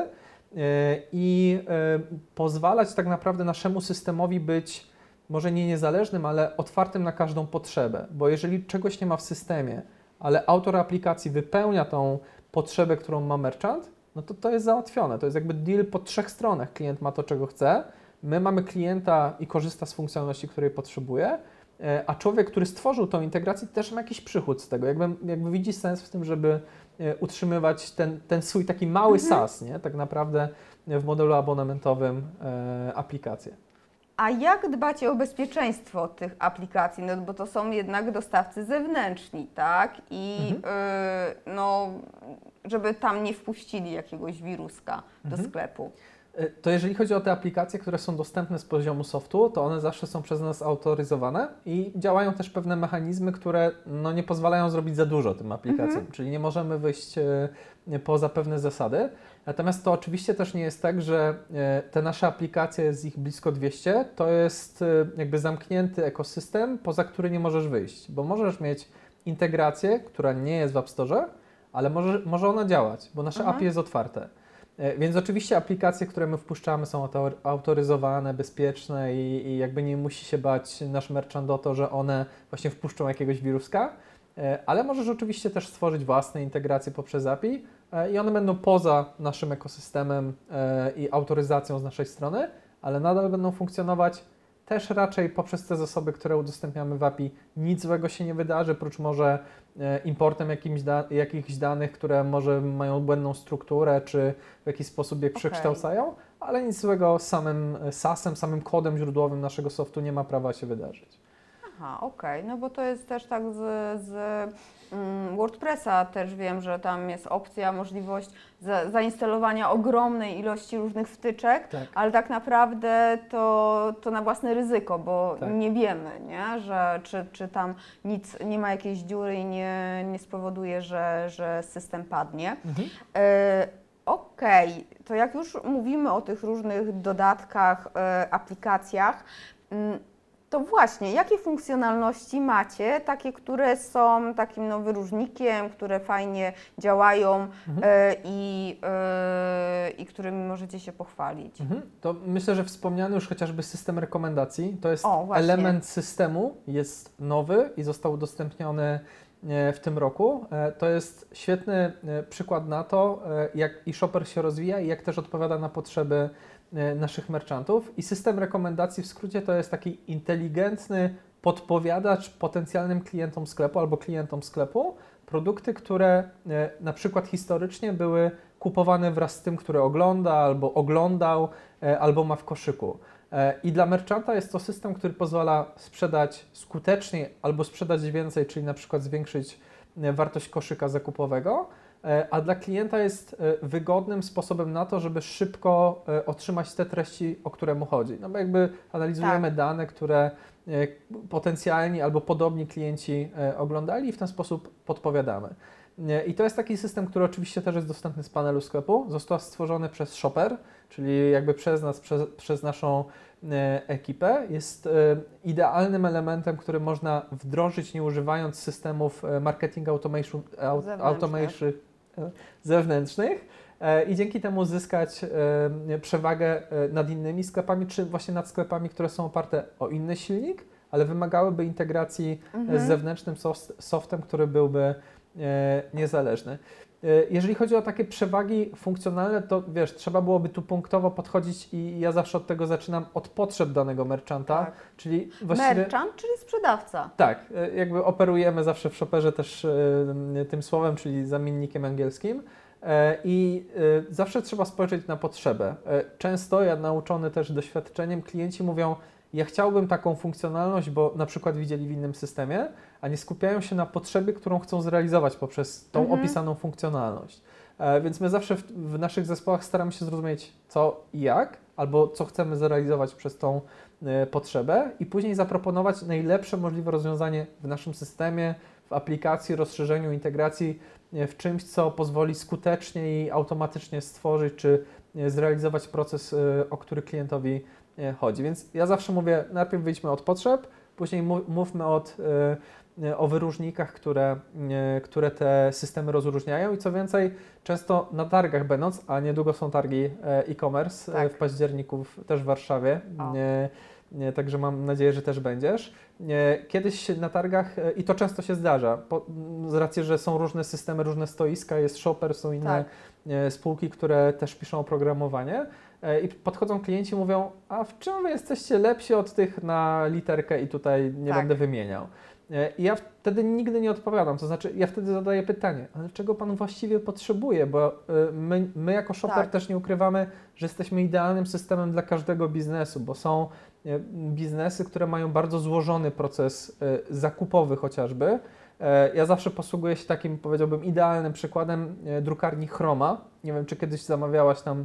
i pozwalać tak naprawdę naszemu systemowi być może nie niezależnym, ale otwartym na każdą potrzebę, bo jeżeli czegoś nie ma w systemie, ale autor aplikacji wypełnia tą potrzebę, którą ma merchant, no to to jest załatwione. To jest jakby deal po trzech stronach. Klient ma to, czego chce, my mamy klienta i korzysta z funkcjonalności, której potrzebuje, a człowiek, który stworzył tą integrację, też ma jakiś przychód z tego. Jakby, jakby widzi sens w tym, żeby utrzymywać ten, ten swój taki mały mhm. SaaS, nie? Tak naprawdę w modelu abonamentowym e, aplikację. A jak dbacie o bezpieczeństwo tych aplikacji? No bo to są jednak dostawcy zewnętrzni, tak? I mhm. y, no, żeby tam nie wpuścili jakiegoś wiruska mhm. do sklepu. To jeżeli chodzi o te aplikacje, które są dostępne z poziomu softu, to one zawsze są przez nas autoryzowane i działają też pewne mechanizmy, które no, nie pozwalają zrobić za dużo tym aplikacjom, mhm. czyli nie możemy wyjść e, poza pewne zasady. Natomiast to oczywiście też nie jest tak, że e, te nasze aplikacje, jest ich blisko dwieście, to jest e, jakby zamknięty ekosystem, poza który nie możesz wyjść, bo możesz mieć integrację, która nie jest w App Store, ale może, może ona działać, bo nasze mhm. A P I jest otwarte. Więc oczywiście aplikacje, które my wpuszczamy, są autoryzowane, bezpieczne i, i jakby nie musi się bać nasz merchant o to, że one właśnie wpuszczą jakiegoś wiruska, ale możesz oczywiście też stworzyć własne integracje poprzez A P I i one będą poza naszym ekosystemem i autoryzacją z naszej strony, ale nadal będą funkcjonować też raczej poprzez te zasoby, które udostępniamy w A P I. Nic złego się nie wydarzy, prócz może importem jakimś da- jakichś danych, które może mają błędną strukturę, czy w jakiś sposób je przekształcają, okay. ale nic złego z samym SaaS-em, samym kodem źródłowym naszego softu nie ma prawa się wydarzyć. Aha, okej, okay. No bo to jest też tak z, z um, WordPressa też wiem, że tam jest opcja, możliwość za, zainstalowania ogromnej ilości różnych wtyczek, tak. ale tak naprawdę to, to na własne ryzyko, bo tak. nie wiemy, nie? Że czy, czy tam nic, nie ma jakiejś dziury i nie, nie spowoduje, że, że system padnie. Mhm. E, Okej, okay. To jak już mówimy o tych różnych dodatkach, e, aplikacjach, m, to właśnie, jakie funkcjonalności macie, takie, które są takim no, wyróżnikiem, które fajnie działają mhm. e, i, e, i którymi możecie się pochwalić? Mhm. To myślę, że wspomniany już chociażby system rekomendacji, to jest o, element systemu, jest nowy i został udostępniony w tym roku. To jest świetny przykład na to, jak e-shopper się rozwija i jak też odpowiada na potrzeby naszych merchantów. I system rekomendacji w skrócie to jest taki inteligentny podpowiadać potencjalnym klientom sklepu albo klientom sklepu produkty, które na przykład historycznie były kupowane wraz z tym, który ogląda albo oglądał, albo ma w koszyku. I dla merchanta jest to system, który pozwala sprzedać skuteczniej albo sprzedać więcej, czyli na przykład zwiększyć wartość koszyka zakupowego, a dla klienta jest wygodnym sposobem na to, żeby szybko otrzymać te treści, o które mu chodzi. No bo jakby analizujemy tak. dane, które potencjalni albo podobni klienci oglądali i w ten sposób podpowiadamy. I to jest taki system, który oczywiście też jest dostępny z panelu sklepu. Został stworzony przez Shopper, czyli jakby przez nas, przez, przez naszą ekipę. Jest idealnym elementem, który można wdrożyć, nie używając systemów marketing automation, automation zewnętrznych i dzięki temu zyskać przewagę nad innymi sklepami, czy właśnie nad sklepami, które są oparte o inny silnik, ale wymagałyby integracji mhm. z zewnętrznym softem, który byłby niezależny. Jeżeli chodzi o takie przewagi funkcjonalne, to wiesz, trzeba byłoby tu punktowo podchodzić i ja zawsze od tego zaczynam, od potrzeb danego merchanta, tak. czyli właściwie... Merchant, czyli sprzedawca. Tak, jakby operujemy zawsze w Shopperze też tym słowem, czyli zamiennikiem angielskim i zawsze trzeba spojrzeć na potrzebę. Często, ja nauczony też doświadczeniem, klienci mówią, ja chciałbym taką funkcjonalność, bo na przykład widzieli w innym systemie, a nie skupiają się na potrzebie, którą chcą zrealizować poprzez tą mhm. opisaną funkcjonalność. E, więc my zawsze w, w naszych zespołach staramy się zrozumieć co i jak, albo co chcemy zrealizować przez tą e, potrzebę i później zaproponować najlepsze możliwe rozwiązanie w naszym systemie, w aplikacji, rozszerzeniu, integracji, e, w czymś, co pozwoli skutecznie i automatycznie stworzyć czy e, zrealizować proces, e, o który klientowi chodzi. Więc ja zawsze mówię, najpierw wyjdźmy od potrzeb, później mówmy od, y, o wyróżnikach, które, y, które te systemy rozróżniają i co więcej, często na targach będąc, a niedługo są targi e-commerce tak. w październiku też w Warszawie, y, y, także mam nadzieję, że też będziesz. Y, kiedyś na targach, y, i to często się zdarza, po, z racji, że są różne systemy, różne stoiska, jest Shopper, są inne tak. y, spółki, które też piszą oprogramowanie, i podchodzą klienci i mówią, a w czym wy jesteście lepsi od tych na literkę i tutaj nie tak. będę wymieniał. I ja wtedy nigdy nie odpowiadam, to znaczy ja wtedy zadaję pytanie, ale czego pan właściwie potrzebuje, bo my, my jako Shopper tak. też nie ukrywamy, że jesteśmy idealnym systemem dla każdego biznesu, bo są biznesy, które mają bardzo złożony proces zakupowy chociażby. Ja zawsze posługuję się takim, powiedziałbym, idealnym przykładem drukarni Chroma. Nie wiem, czy kiedyś zamawiałaś tam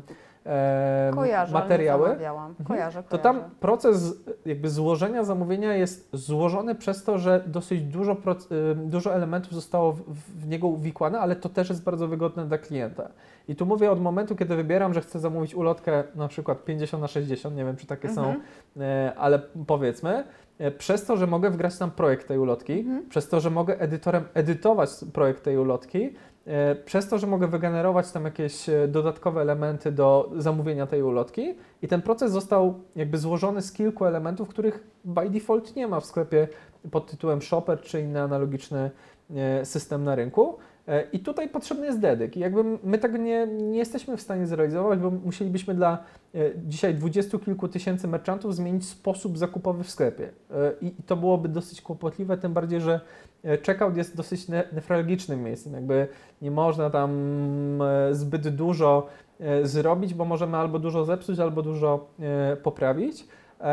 e, kojarzę, materiały. Ale nie zamawiałam. Kojarzę, mhm. To kojarzę. tam proces jakby złożenia zamówienia jest złożony przez to, że dosyć dużo, dużo elementów zostało w, w niego uwikłane, ale to też jest bardzo wygodne dla klienta. I tu mówię od momentu, kiedy wybieram, że chcę zamówić ulotkę na przykład pięćdziesiąt na sześćdziesiąt, nie wiem, czy takie mhm. są, e, ale powiedzmy, przez to, że mogę wgrać tam projekt tej ulotki, mhm. przez to, że mogę edytorem edytować projekt tej ulotki, e, przez to, że mogę wygenerować tam jakieś dodatkowe elementy do zamówienia tej ulotki i ten proces został jakby złożony z kilku elementów, których by default nie ma w sklepie pod tytułem Shopper czy inny analogiczny e, system na rynku. I tutaj potrzebny jest dedyk. I jakby my tego nie, nie jesteśmy w stanie zrealizować, bo musielibyśmy dla dzisiaj dwudziestu kilku tysięcy merchantów zmienić sposób zakupowy w sklepie. I, i to byłoby dosyć kłopotliwe, tym bardziej, że checkout jest dosyć ne, newralgicznym miejscem. Jakby nie można tam zbyt dużo zrobić, bo możemy albo dużo zepsuć, albo dużo poprawić.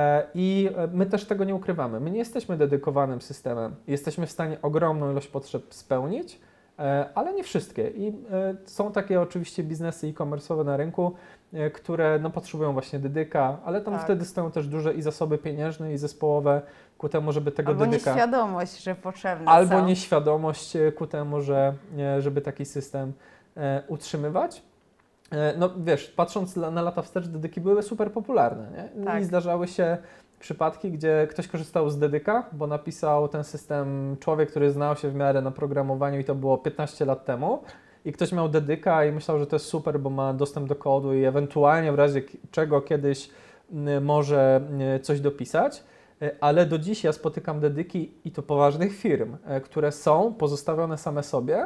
I my też tego nie ukrywamy. My nie jesteśmy dedykowanym systemem. Jesteśmy w stanie ogromną ilość potrzeb spełnić, ale nie wszystkie. I są takie oczywiście biznesy e-commerce'owe na rynku, które no, potrzebują właśnie dedyka, ale tam tak. wtedy stoją też duże i zasoby pieniężne i zespołowe ku temu, żeby tego albo dedyka... Albo nieświadomość, że potrzebne Albo są. nieświadomość ku temu, że, żeby taki system utrzymywać. No wiesz, patrząc na lata wstecz, dedyki były super popularne, nie? Tak. I zdarzały się przypadki, gdzie ktoś korzystał z dedyka, bo napisał ten system człowiek, który znał się w miarę na programowaniu i to było piętnaście lat temu i ktoś miał dedyka i myślał, że to jest super, bo ma dostęp do kodu i ewentualnie w razie czego kiedyś może coś dopisać, ale do dziś ja spotykam dedyki i to poważnych firm, które są pozostawione same sobie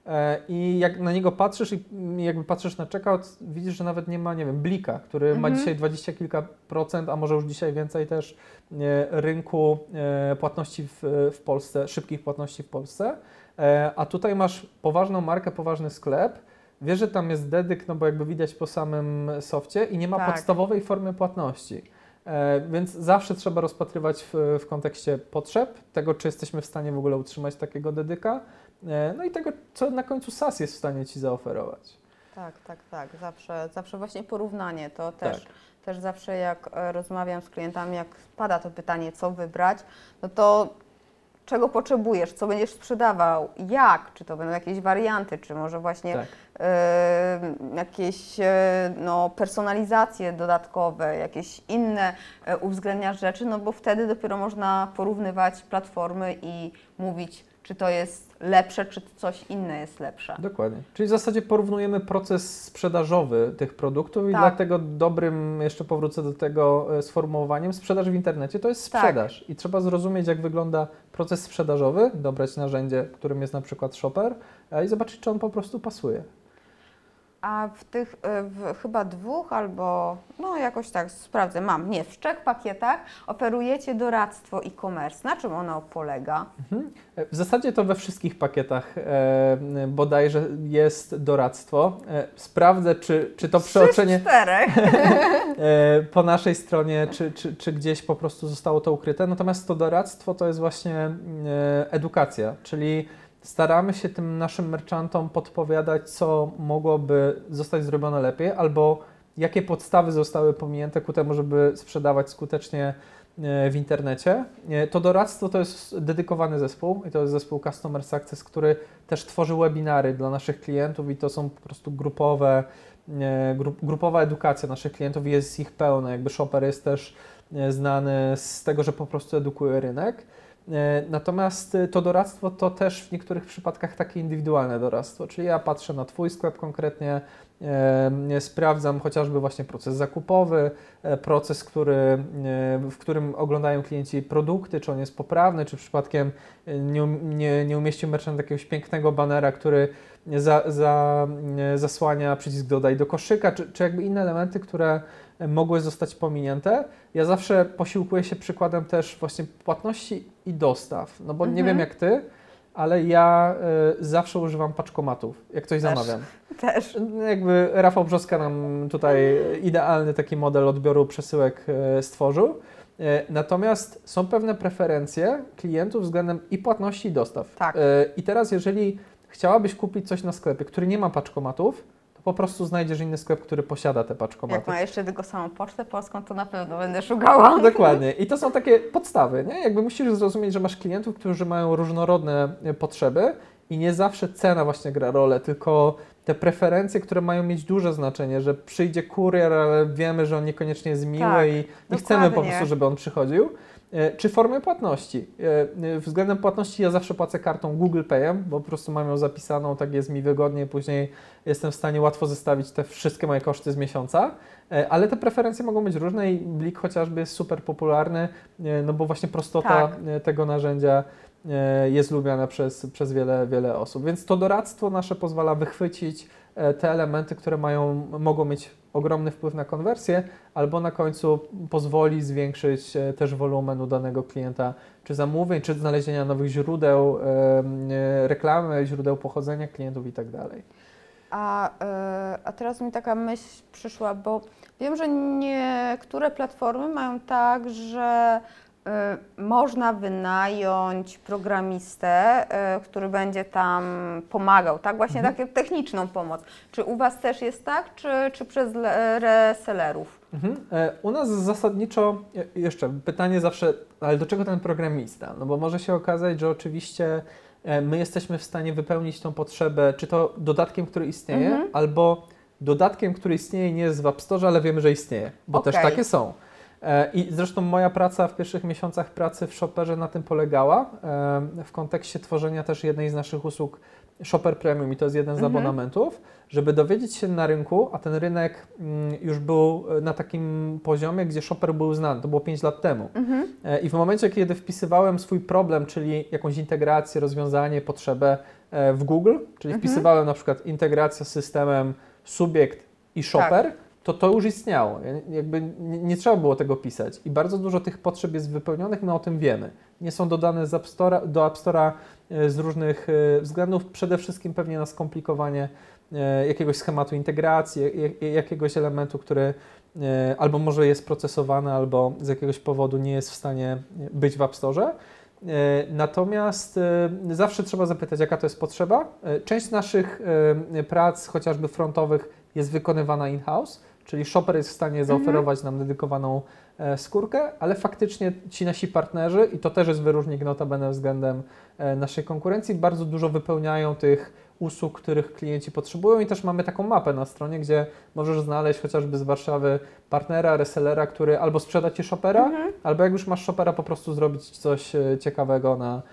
i jak na niego patrzysz i jakby patrzysz na checkout, widzisz, że nawet nie ma, nie wiem, Blika, który mhm. ma dzisiaj dwadzieścia kilka procent, a może już dzisiaj więcej też rynku płatności w, w Polsce, szybkich płatności w Polsce, a tutaj masz poważną markę, poważny sklep, wiesz, że tam jest dedyk, no bo jakby widać po samym softie i nie ma tak. podstawowej formy płatności. E, więc zawsze trzeba rozpatrywać w, w kontekście potrzeb, tego, czy jesteśmy w stanie w ogóle utrzymać takiego dedyka, e, no i tego, co na końcu SaaS jest w stanie Ci zaoferować. Tak, tak, tak. Zawsze, zawsze właśnie porównanie to też. Tak. Też zawsze jak rozmawiam z klientami, jak pada to pytanie, co wybrać, no to czego potrzebujesz, co będziesz sprzedawał, jak, czy to będą jakieś warianty, czy może właśnie tak. y, jakieś y, no, personalizacje dodatkowe, jakieś inne y, uwzględniasz rzeczy, no bo wtedy dopiero można porównywać platformy i mówić, czy to jest lepsze, czy coś inne jest lepsze. Dokładnie. Czyli w zasadzie porównujemy proces sprzedażowy tych produktów i tak. dlatego dobrym, jeszcze powrócę do tego sformułowaniem, sprzedaż w internecie to jest sprzedaż. Tak. I trzeba zrozumieć, jak wygląda proces sprzedażowy, dobrać narzędzie, którym jest na przykład Shopper i zobaczyć, czy on po prostu pasuje. A w tych w chyba dwóch albo, no jakoś tak sprawdzę, mam, nie, w trzech pakietach oferujecie doradztwo e-commerce. Na czym ono polega? Mhm. W zasadzie to we wszystkich pakietach e, bodajże jest doradztwo. E, sprawdzę, czy, czy to przeoczenie czterech. e, po naszej stronie, czy, czy, czy gdzieś po prostu zostało to ukryte. Natomiast to doradztwo to jest właśnie e, edukacja, czyli staramy się tym naszym merchantom podpowiadać, co mogłoby zostać zrobione lepiej, albo jakie podstawy zostały pominięte ku temu, żeby sprzedawać skutecznie w internecie. To doradztwo to jest dedykowany zespół i to jest zespół Customer Success, który też tworzy webinary dla naszych klientów i to są po prostu grupowe, grupowa edukacja naszych klientów i jest ich pełno. Jakby Shopper jest też znany z tego, że po prostu edukuje rynek. Natomiast to doradztwo to też w niektórych przypadkach takie indywidualne doradztwo, czyli ja patrzę na Twój sklep konkretnie, e, sprawdzam chociażby właśnie proces zakupowy, e, proces, który, e, w którym oglądają klienci produkty, czy on jest poprawny, czy przypadkiem nie, nie, nie umieścił merchant jakiegoś pięknego banera, który za, za, zasłania przycisk dodaj do koszyka, czy, czy jakby inne elementy, które mogły zostać pominięte. Ja zawsze posiłkuję się przykładem też właśnie płatności i dostaw, no bo mhm. nie wiem jak Ty, ale ja y, zawsze używam paczkomatów, jak coś też, zamawiam. Też. Jakby Rafał Brzoska nam tutaj idealny taki model odbioru przesyłek y, stworzył. Y, natomiast są pewne preferencje klientów względem i płatności i dostaw. Tak. Y, I teraz jeżeli chciałabyś kupić coś na sklepie, który nie ma paczkomatów, po prostu znajdziesz inny sklep, który posiada te paczkomaty. Jak ma jeszcze tylko samą Pocztę Polską, to na pewno będę szukała. Dokładnie. I to są takie podstawy, nie? Jakby musisz zrozumieć, że masz klientów, którzy mają różnorodne potrzeby i nie zawsze cena właśnie gra rolę, tylko te preferencje, które mają mieć duże znaczenie, że przyjdzie kurier, ale wiemy, że on niekoniecznie jest miły tak, i nie chcemy po prostu, żeby on przychodził. Czy formy płatności. Względem płatności ja zawsze płacę kartą Google Payem, bo po prostu mam ją zapisaną, tak jest mi wygodniej, później jestem w stanie łatwo zestawić te wszystkie moje koszty z miesiąca, ale te preferencje mogą być różne i Blik chociażby jest super popularny, no bo właśnie prostota tak. tego narzędzia jest lubiana przez, przez wiele, wiele osób. Więc to doradztwo nasze pozwala wychwycić te elementy, które mają, mogą mieć ogromny wpływ na konwersję, albo na końcu pozwoli zwiększyć też wolumen u danego klienta, czy zamówień, czy znalezienia nowych źródeł e, reklamy, źródeł pochodzenia klientów i tak dalej. A, a teraz mi taka myśl przyszła, bo wiem, że niektóre platformy mają tak, że y, można wynająć programistę, y, który będzie tam pomagał, tak? Właśnie mhm. taką techniczną pomoc. Czy u Was też jest tak, czy, czy przez resellerów? Mhm. U nas zasadniczo, jeszcze pytanie zawsze, ale do czego ten programista? No bo może się okazać, że oczywiście my jesteśmy w stanie wypełnić tą potrzebę, czy to dodatkiem, który istnieje, mhm. albo dodatkiem, który istnieje i nie jest w App Store, ale wiemy, że istnieje, bo okay. też takie są. I zresztą moja praca w pierwszych miesiącach pracy w Shopperze na tym polegała, w kontekście tworzenia też jednej z naszych usług Shopper Premium i to jest jeden z Mhm. abonamentów, żeby dowiedzieć się na rynku, a ten rynek mm, już był na takim poziomie, gdzie Shopper był znany, to było pięć lat temu. Mhm. E, I w momencie, kiedy wpisywałem swój problem, czyli jakąś integrację, rozwiązanie, potrzebę e, w Google, czyli Mhm. wpisywałem na przykład integracja z systemem Subjekt i Shopper, Tak. to to już istniało. Ja- Jakby nie, nie trzeba było tego pisać. I bardzo dużo tych potrzeb jest wypełnionych, my o tym wiemy. Nie są dodane z App Store'a, do App Store'a e, z różnych e, względów, przede wszystkim pewnie na skomplikowanie e, jakiegoś schematu integracji, jak- jakiegoś elementu, który e, albo może jest procesowany, albo z jakiegoś powodu nie jest w stanie być w App Store'ze. E, Natomiast e, zawsze trzeba zapytać, jaka to jest potrzeba. E, Część naszych e, prac, chociażby frontowych, jest wykonywana in-house, czyli shopper jest w stanie zaoferować nam dedykowaną e, skórkę, ale faktycznie ci nasi partnerzy, i to też jest wyróżnik notabene względem e, naszej konkurencji, bardzo dużo wypełniają tych usług, których klienci potrzebują i też mamy taką mapę na stronie, gdzie możesz znaleźć chociażby z Warszawy partnera, resellera, który albo sprzeda Ci shoppera, Mhm. albo jak już masz shoppera, po prostu zrobić coś e, ciekawego na,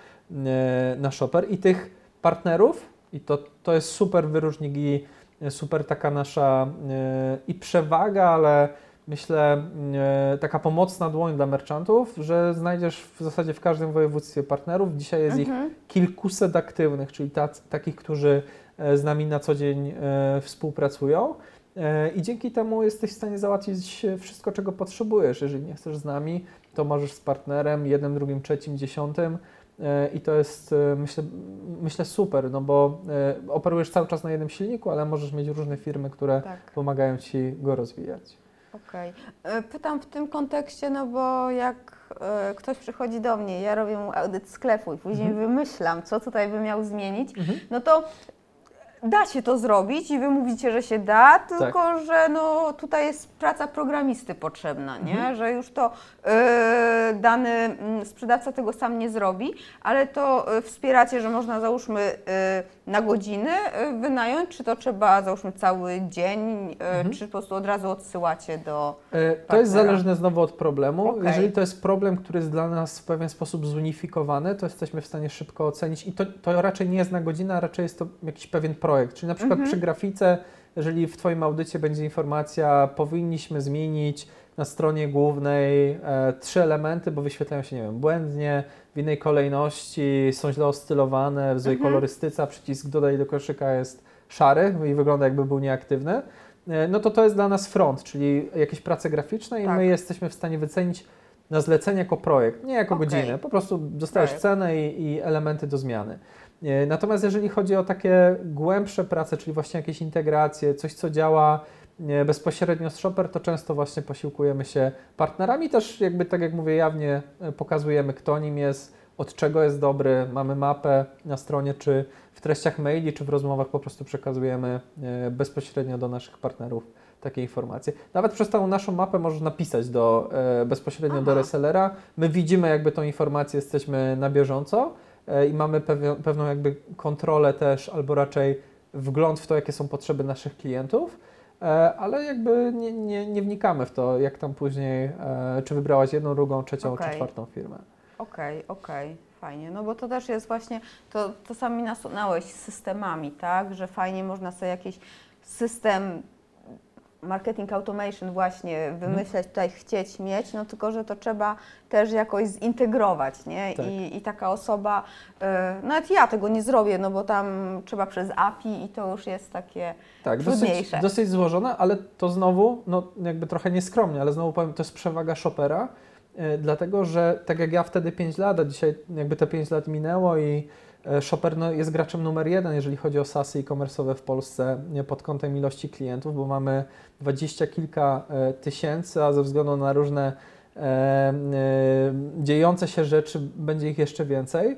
e, na shopper. I tych partnerów, i to, to jest super wyróżnik i super taka nasza e, i przewaga, ale myślę e, taka pomocna dłoń dla merchantów, że znajdziesz w zasadzie w każdym województwie partnerów. Dzisiaj jest Mhm. ich kilkuset aktywnych, czyli tac, takich, którzy e, z nami na co dzień e, współpracują. E, I dzięki temu jesteś w stanie załatwić wszystko, czego potrzebujesz. Jeżeli nie chcesz z nami, to możesz z partnerem, jednym, drugim, trzecim, dziesiątym. I to jest, myślę, myślę super, no bo operujesz cały czas na jednym silniku, ale możesz mieć różne firmy, które Tak. pomagają Ci go rozwijać. Okej. E, Pytam w tym kontekście, no bo jak e, ktoś przychodzi do mnie, ja robię mu audyt sklepu i później Mhm. wymyślam, co tutaj by miał zmienić, Mhm. no to da się to zrobić i wy mówicie, że się da, tylko Tak. że no, tutaj jest praca programisty potrzebna, nie? Mhm. Że już to e, dany mm, sprzedawca tego sam nie zrobi, ale to e, wspieracie, że można załóżmy e, na godzinę e, wynająć, czy to trzeba załóżmy cały dzień, e, Mhm. czy po prostu od razu odsyłacie do... E, To Partnera. jest zależne znowu od problemu. Okej. Jeżeli to jest problem, który jest dla nas w pewien sposób zunifikowany, to jesteśmy w stanie szybko ocenić i to, to raczej nie jest na godzinę, a raczej jest to jakiś pewien projekt. Czyli na przykład Mhm. przy grafice, jeżeli w Twoim audycie będzie informacja, powinniśmy zmienić na stronie głównej e, trzy elementy, bo wyświetlają się, nie wiem, błędnie, w innej kolejności, są źle ostylowane, w złej Mhm. kolorystyce, a przycisk dodaj do koszyka jest szary i wygląda jakby był nieaktywny. No to to jest dla nas front, czyli jakieś prace graficzne i Tak. my jesteśmy w stanie wycenić na zlecenie jako projekt, nie jako Okej. godzinę, po prostu dostajesz Projekt. cenę i, i elementy do zmiany. E, Natomiast jeżeli chodzi o takie głębsze prace, czyli właśnie jakieś integracje, coś co działa e, bezpośrednio z shopper, to często właśnie posiłkujemy się partnerami, też jakby tak jak mówię jawnie e, pokazujemy kto nim jest, od czego jest dobry, mamy mapę na stronie, czy w treściach maili, czy w rozmowach po prostu przekazujemy e, bezpośrednio do naszych partnerów takie informacje. Nawet przez tą naszą mapę możesz napisać do, e, bezpośrednio do Aha. resellera. My widzimy jakby tą informację, jesteśmy na bieżąco e, i mamy pewien, pewną jakby kontrolę też, albo raczej wgląd w to, jakie są potrzeby naszych klientów, e, ale jakby nie, nie, nie wnikamy w to, jak tam później, e, czy wybrałaś jedną, drugą, trzecią, Okej. czy czwartą firmę. Okej, okej, fajnie. No bo to też jest właśnie, to, to sami nasunąłeś z systemami, tak? Że fajnie można sobie jakiś system marketing automation właśnie wymyśleć, tutaj chcieć mieć, no tylko, że to trzeba też jakoś zintegrować, nie? Tak. I, I taka osoba, y, nawet ja tego nie zrobię, no bo tam trzeba przez A P I i to już jest takie Tak, dosyć, trudniejsze. dosyć złożone, ale to znowu, no jakby trochę nieskromnie, ale znowu powiem, to jest przewaga shoppera, yy, dlatego że tak jak ja wtedy pięć lat, a dzisiaj jakby te pięć lat minęło i yy, shopper no, jest graczem numer jeden, jeżeli chodzi o SaaSy e-commerce'owe w Polsce nie, pod kątem ilości klientów, bo mamy dwadzieścia kilka yy, tysięcy, a ze względu na różne yy, yy, dziejące się rzeczy będzie ich jeszcze więcej.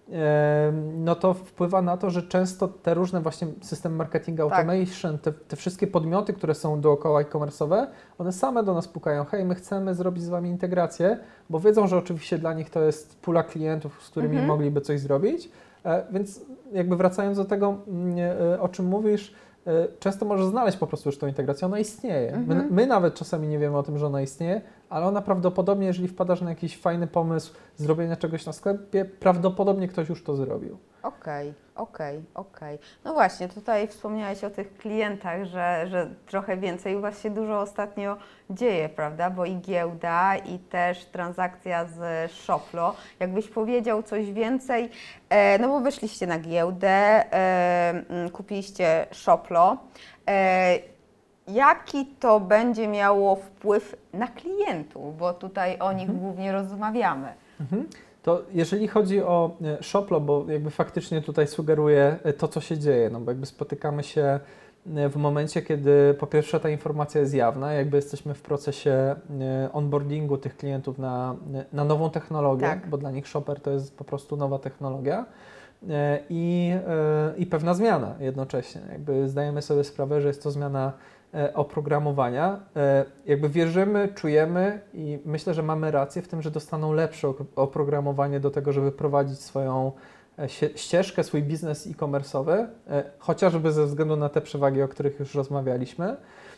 No to wpływa na to, że często te różne właśnie systemy marketing automation, te, te wszystkie podmioty, które są dookoła e-commerce'owe, one same do nas pukają, hej, my chcemy zrobić z Wami integrację, bo wiedzą, że oczywiście dla nich to jest pula klientów, z którymi Mhm. mogliby coś zrobić, więc jakby wracając do tego, o czym mówisz, często możesz znaleźć po prostu już tą integrację, ona istnieje. My, Mhm. my nawet czasami nie wiemy o tym, że ona istnieje, ale ona prawdopodobnie, jeżeli wpadasz na jakiś fajny pomysł zrobienia czegoś na sklepie, prawdopodobnie ktoś już to zrobił. Okej, okej, okej. No właśnie, tutaj wspomniałeś o tych klientach, że, że trochę więcej u Was się dużo ostatnio dzieje, prawda? Bo i giełda, i też transakcja z Shoplo. Jakbyś powiedział coś więcej, e, no bo wyszliście na giełdę, e, kupiliście Shoplo. E, jaki to będzie miało wpływ na klientów? Bo tutaj o nich Mhm. głównie rozmawiamy. Mhm. To jeżeli chodzi o Shoplo, bo jakby faktycznie tutaj sugeruje to, co się dzieje, no bo jakby spotykamy się w momencie, kiedy po pierwsze ta informacja jest jawna, jakby jesteśmy w procesie onboardingu tych klientów na, na nową technologię, Tak. bo dla nich Shopper to jest po prostu nowa technologia i, i pewna zmiana jednocześnie. Jakby zdajemy sobie sprawę, że jest to zmiana oprogramowania. Jakby wierzymy, czujemy i myślę, że mamy rację w tym, że dostaną lepsze oprogramowanie do tego, żeby prowadzić swoją ścieżkę, swój biznes e-commerce'owy, chociażby ze względu na te przewagi, o których już rozmawialiśmy.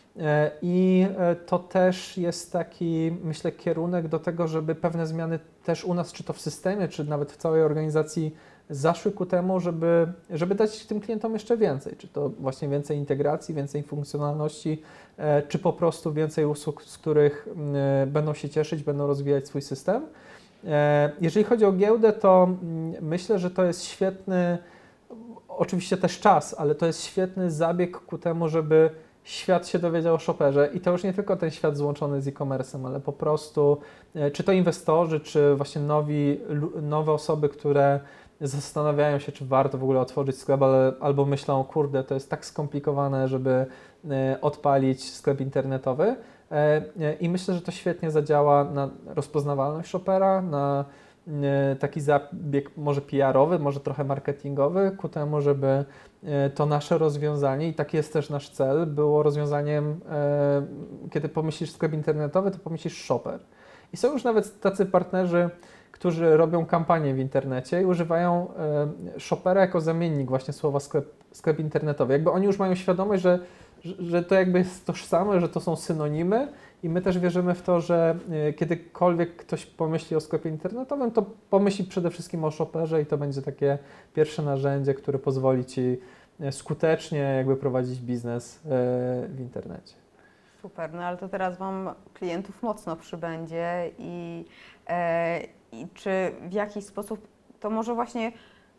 I to też jest taki, myślę, kierunek do tego, żeby pewne zmiany też u nas, czy to w systemie, czy nawet w całej organizacji zaszły ku temu, żeby, żeby dać tym klientom jeszcze więcej, czy to właśnie więcej integracji, więcej funkcjonalności, czy po prostu więcej usług, z których będą się cieszyć, będą rozwijać swój system. Jeżeli chodzi o giełdę, to myślę, że to jest świetny, oczywiście też czas, ale to jest świetny zabieg ku temu, żeby świat się dowiedział o Shopperze i to już nie tylko ten świat złączony z e-commerce'em, ale po prostu czy to inwestorzy, czy właśnie nowi, nowe osoby, które zastanawiają się, czy warto w ogóle otworzyć sklep, ale, albo myślą, kurde, to jest tak skomplikowane, żeby odpalić sklep internetowy. I myślę, że to świetnie zadziała na rozpoznawalność Shoppera, na taki zabieg może P R-owy, może trochę marketingowy, ku temu, żeby to nasze rozwiązanie, i taki jest też nasz cel, było rozwiązaniem, kiedy pomyślisz sklep internetowy, to pomyślisz Shopper. I są już nawet tacy partnerzy, którzy robią kampanie w internecie i używają Shoppera jako zamiennik właśnie słowa sklep, sklep internetowy. Jakby oni już mają świadomość, że, że to jakby jest tożsame, że to są synonimy i my też wierzymy w to, że kiedykolwiek ktoś pomyśli o sklepie internetowym, to pomyśli przede wszystkim o Shopperze i to będzie takie pierwsze narzędzie, które pozwoli Ci skutecznie jakby prowadzić biznes w internecie. Super, no ale to teraz Wam klientów mocno przybędzie i, e, i czy w jakiś sposób to może właśnie,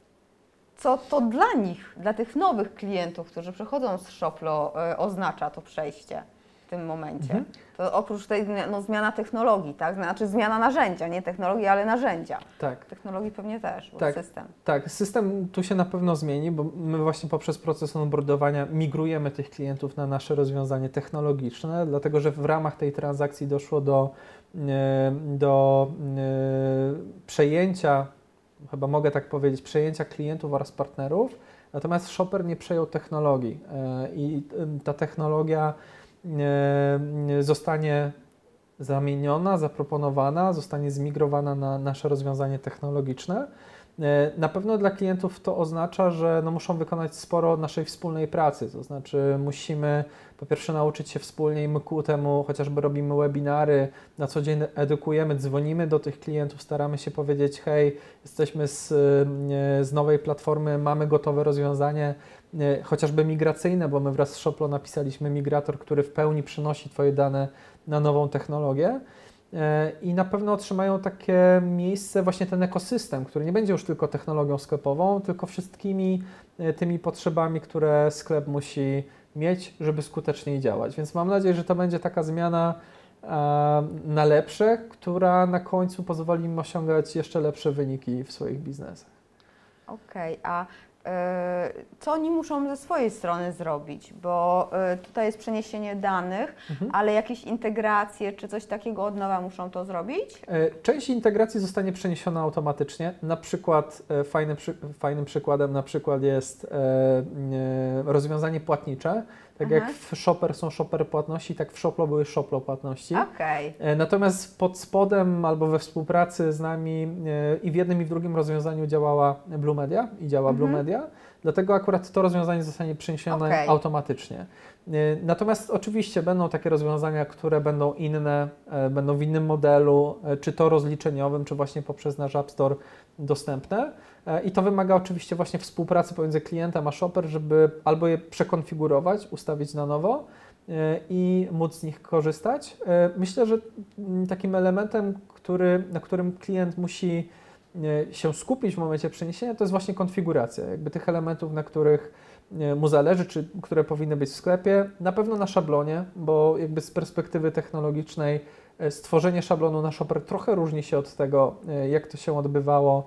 co to dla nich, dla tych nowych klientów, którzy przychodzą z Shoplo, e, oznacza to przejście w tym momencie? Mhm. To oprócz tej no, zmiana technologii, tak? Znaczy zmiana narzędzia, nie technologii, ale narzędzia. Tak. Technologii pewnie też, bo tak, system. Tak, system tu się na pewno zmieni, bo my właśnie poprzez proces onboardowania migrujemy tych klientów na nasze rozwiązanie technologiczne, dlatego że w ramach tej transakcji doszło do, do przejęcia, chyba mogę tak powiedzieć, przejęcia klientów oraz partnerów, natomiast Shopper nie przejął technologii i ta technologia zostanie zamieniona, zaproponowana, zostanie zmigrowana na nasze rozwiązanie technologiczne. Na pewno dla klientów to oznacza, że no muszą wykonać sporo naszej wspólnej pracy, to znaczy musimy po pierwsze nauczyć się wspólnie i my ku temu chociażby robimy webinary, na co dzień edukujemy, dzwonimy do tych klientów, staramy się powiedzieć, hej, jesteśmy z, z nowej platformy, mamy gotowe rozwiązanie, chociażby migracyjne, bo my wraz z Shoplo napisaliśmy migrator, który w pełni przynosi Twoje dane na nową technologię. I na pewno otrzymają takie miejsce, właśnie ten ekosystem, który nie będzie już tylko technologią sklepową, tylko wszystkimi tymi potrzebami, które sklep musi mieć, żeby skuteczniej działać. Więc mam nadzieję, że to będzie taka zmiana na lepsze, która na końcu pozwoli im osiągać jeszcze lepsze wyniki w swoich biznesach. Okej, okay, a co oni muszą ze swojej strony zrobić, bo tutaj jest przeniesienie danych, mhm. ale jakieś integracje czy coś takiego od nowa muszą to zrobić? Część integracji zostanie przeniesiona automatycznie. Na przykład fajnym, fajnym przykładem na przykład jest rozwiązanie płatnicze. Tak Aha. jak w Shopper są Shopper płatności, tak w Shoplo były Shoplo płatności. Okay. Natomiast pod spodem albo we współpracy z nami i w jednym i w drugim rozwiązaniu działała Blue Media i działa mhm. Blue Media. dlatego akurat to rozwiązanie zostanie przeniesione Okay. automatycznie. Natomiast oczywiście będą takie rozwiązania, które będą inne, będą w innym modelu, czy to rozliczeniowym, czy właśnie poprzez nasz App Store dostępne. I to wymaga oczywiście właśnie współpracy pomiędzy klientem a shopper, żeby albo je przekonfigurować, ustawić na nowo i móc z nich korzystać. Myślę, że takim elementem, który, na którym klient musi się skupić w momencie przeniesienia, to jest właśnie konfiguracja jakby tych elementów, na których mu zależy, czy które powinny być w sklepie. Na pewno na szablonie, bo jakby z perspektywy technologicznej stworzenie szablonu na shopper trochę różni się od tego, jak to się odbywało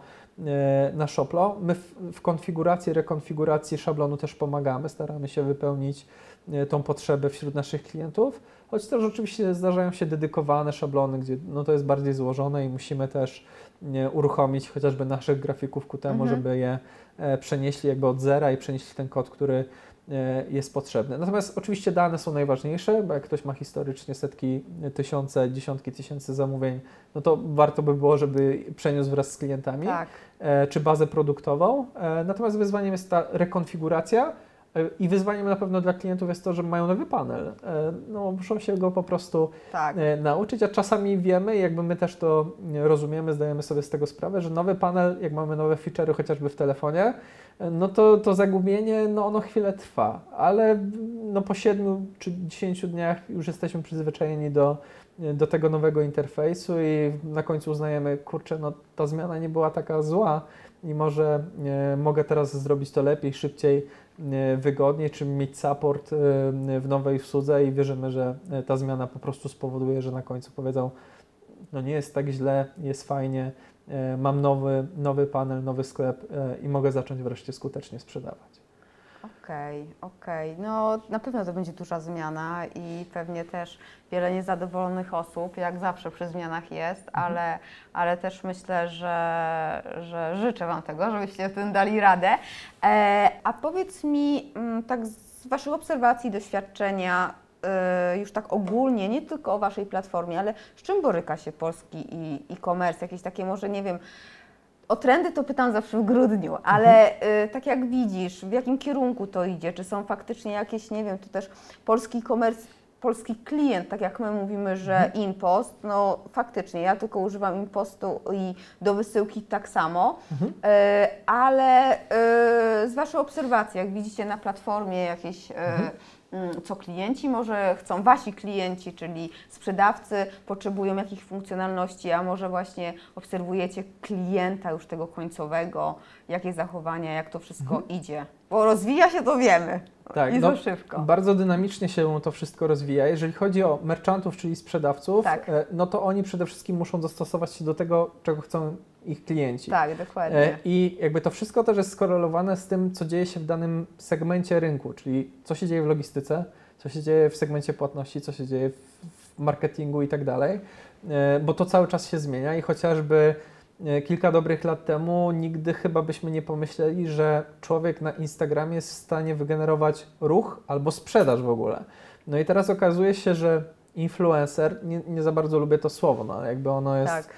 na Shoplo. My w, w konfiguracji, rekonfiguracji szablonu też pomagamy, staramy się wypełnić tą potrzebę wśród naszych klientów, choć też oczywiście zdarzają się dedykowane szablony, gdzie no to jest bardziej złożone i musimy też nie, uruchomić chociażby naszych grafików ku temu, mhm. żeby je e, przenieśli jakby od zera i przenieśli ten kod, który e, jest potrzebny. Natomiast oczywiście dane są najważniejsze, bo jak ktoś ma historycznie setki, tysiące, dziesiątki tysięcy zamówień, no to warto by było, żeby przeniósł wraz z klientami, tak. e, czy bazę produktową. E, natomiast wyzwaniem jest ta rekonfiguracja, i wyzwaniem na pewno dla klientów jest to, że mają nowy panel. No, muszą się go po prostu tak. nauczyć, a czasami wiemy, jakby my też to rozumiemy, zdajemy sobie z tego sprawę, że nowy panel, jak mamy nowe feature'y chociażby w telefonie, no to, to zagubienie, no ono chwilę trwa, ale no po siedmiu czy dziesięciu dniach już jesteśmy przyzwyczajeni do, do tego nowego interfejsu i na końcu uznajemy, kurczę, no ta zmiana nie była taka zła i może e, mogę teraz zrobić to lepiej, szybciej, e, wygodniej, czy mieć support e, w nowej usłudze i wierzymy, że ta zmiana po prostu spowoduje, że na końcu powiedzą, no nie jest tak źle, jest fajnie, e, mam nowy, nowy panel, nowy sklep e, i mogę zacząć wreszcie skutecznie sprzedawać. Okej, okay, okej. Okay. No na pewno to będzie duża zmiana i pewnie też wiele niezadowolonych osób, jak zawsze przy zmianach jest, mhm. ale, ale też myślę, że, że życzę Wam tego, żebyście w tym dali radę. E, a powiedz mi, m, tak z Waszych obserwacji, doświadczenia, y, już tak ogólnie, nie tylko o Waszej platformie, ale z czym boryka się polski e-commerce? Jakieś takie może, nie wiem, o trendy to pytam zawsze w grudniu, ale mhm. y, tak jak widzisz, w jakim kierunku to idzie? Czy są faktycznie jakieś, nie wiem, to też polski e-commerce, polski klient, tak jak my mówimy, że mhm. InPost, no faktycznie, ja tylko używam InPostu i do wysyłki tak samo, mhm. y, ale y, z Waszej obserwacji, jak widzicie na platformie jakieś... Y, mhm. co klienci może chcą, Wasi klienci, czyli sprzedawcy potrzebują jakich funkcjonalności, a może właśnie obserwujecie klienta już tego końcowego, jakie zachowania, jak to wszystko mhm. idzie. Bo rozwija się, to wiemy. Tak, I no, szybko. Bardzo dynamicznie się to wszystko rozwija. Jeżeli chodzi o merchantów, czyli sprzedawców, tak. no to oni przede wszystkim muszą dostosować się do tego, czego chcą ich klienci. Tak, dokładnie. I jakby to wszystko też jest skorelowane z tym, co dzieje się w danym segmencie rynku, czyli co się dzieje w logistyce, co się dzieje w segmencie płatności, co się dzieje w marketingu i tak dalej, bo to cały czas się zmienia i chociażby kilka dobrych lat temu nigdy chyba byśmy nie pomyśleli, że człowiek na Instagramie jest w stanie wygenerować ruch albo sprzedaż w ogóle. No i teraz okazuje się, że influencer, nie, nie za bardzo lubię to słowo, no jakby ono jest, tak.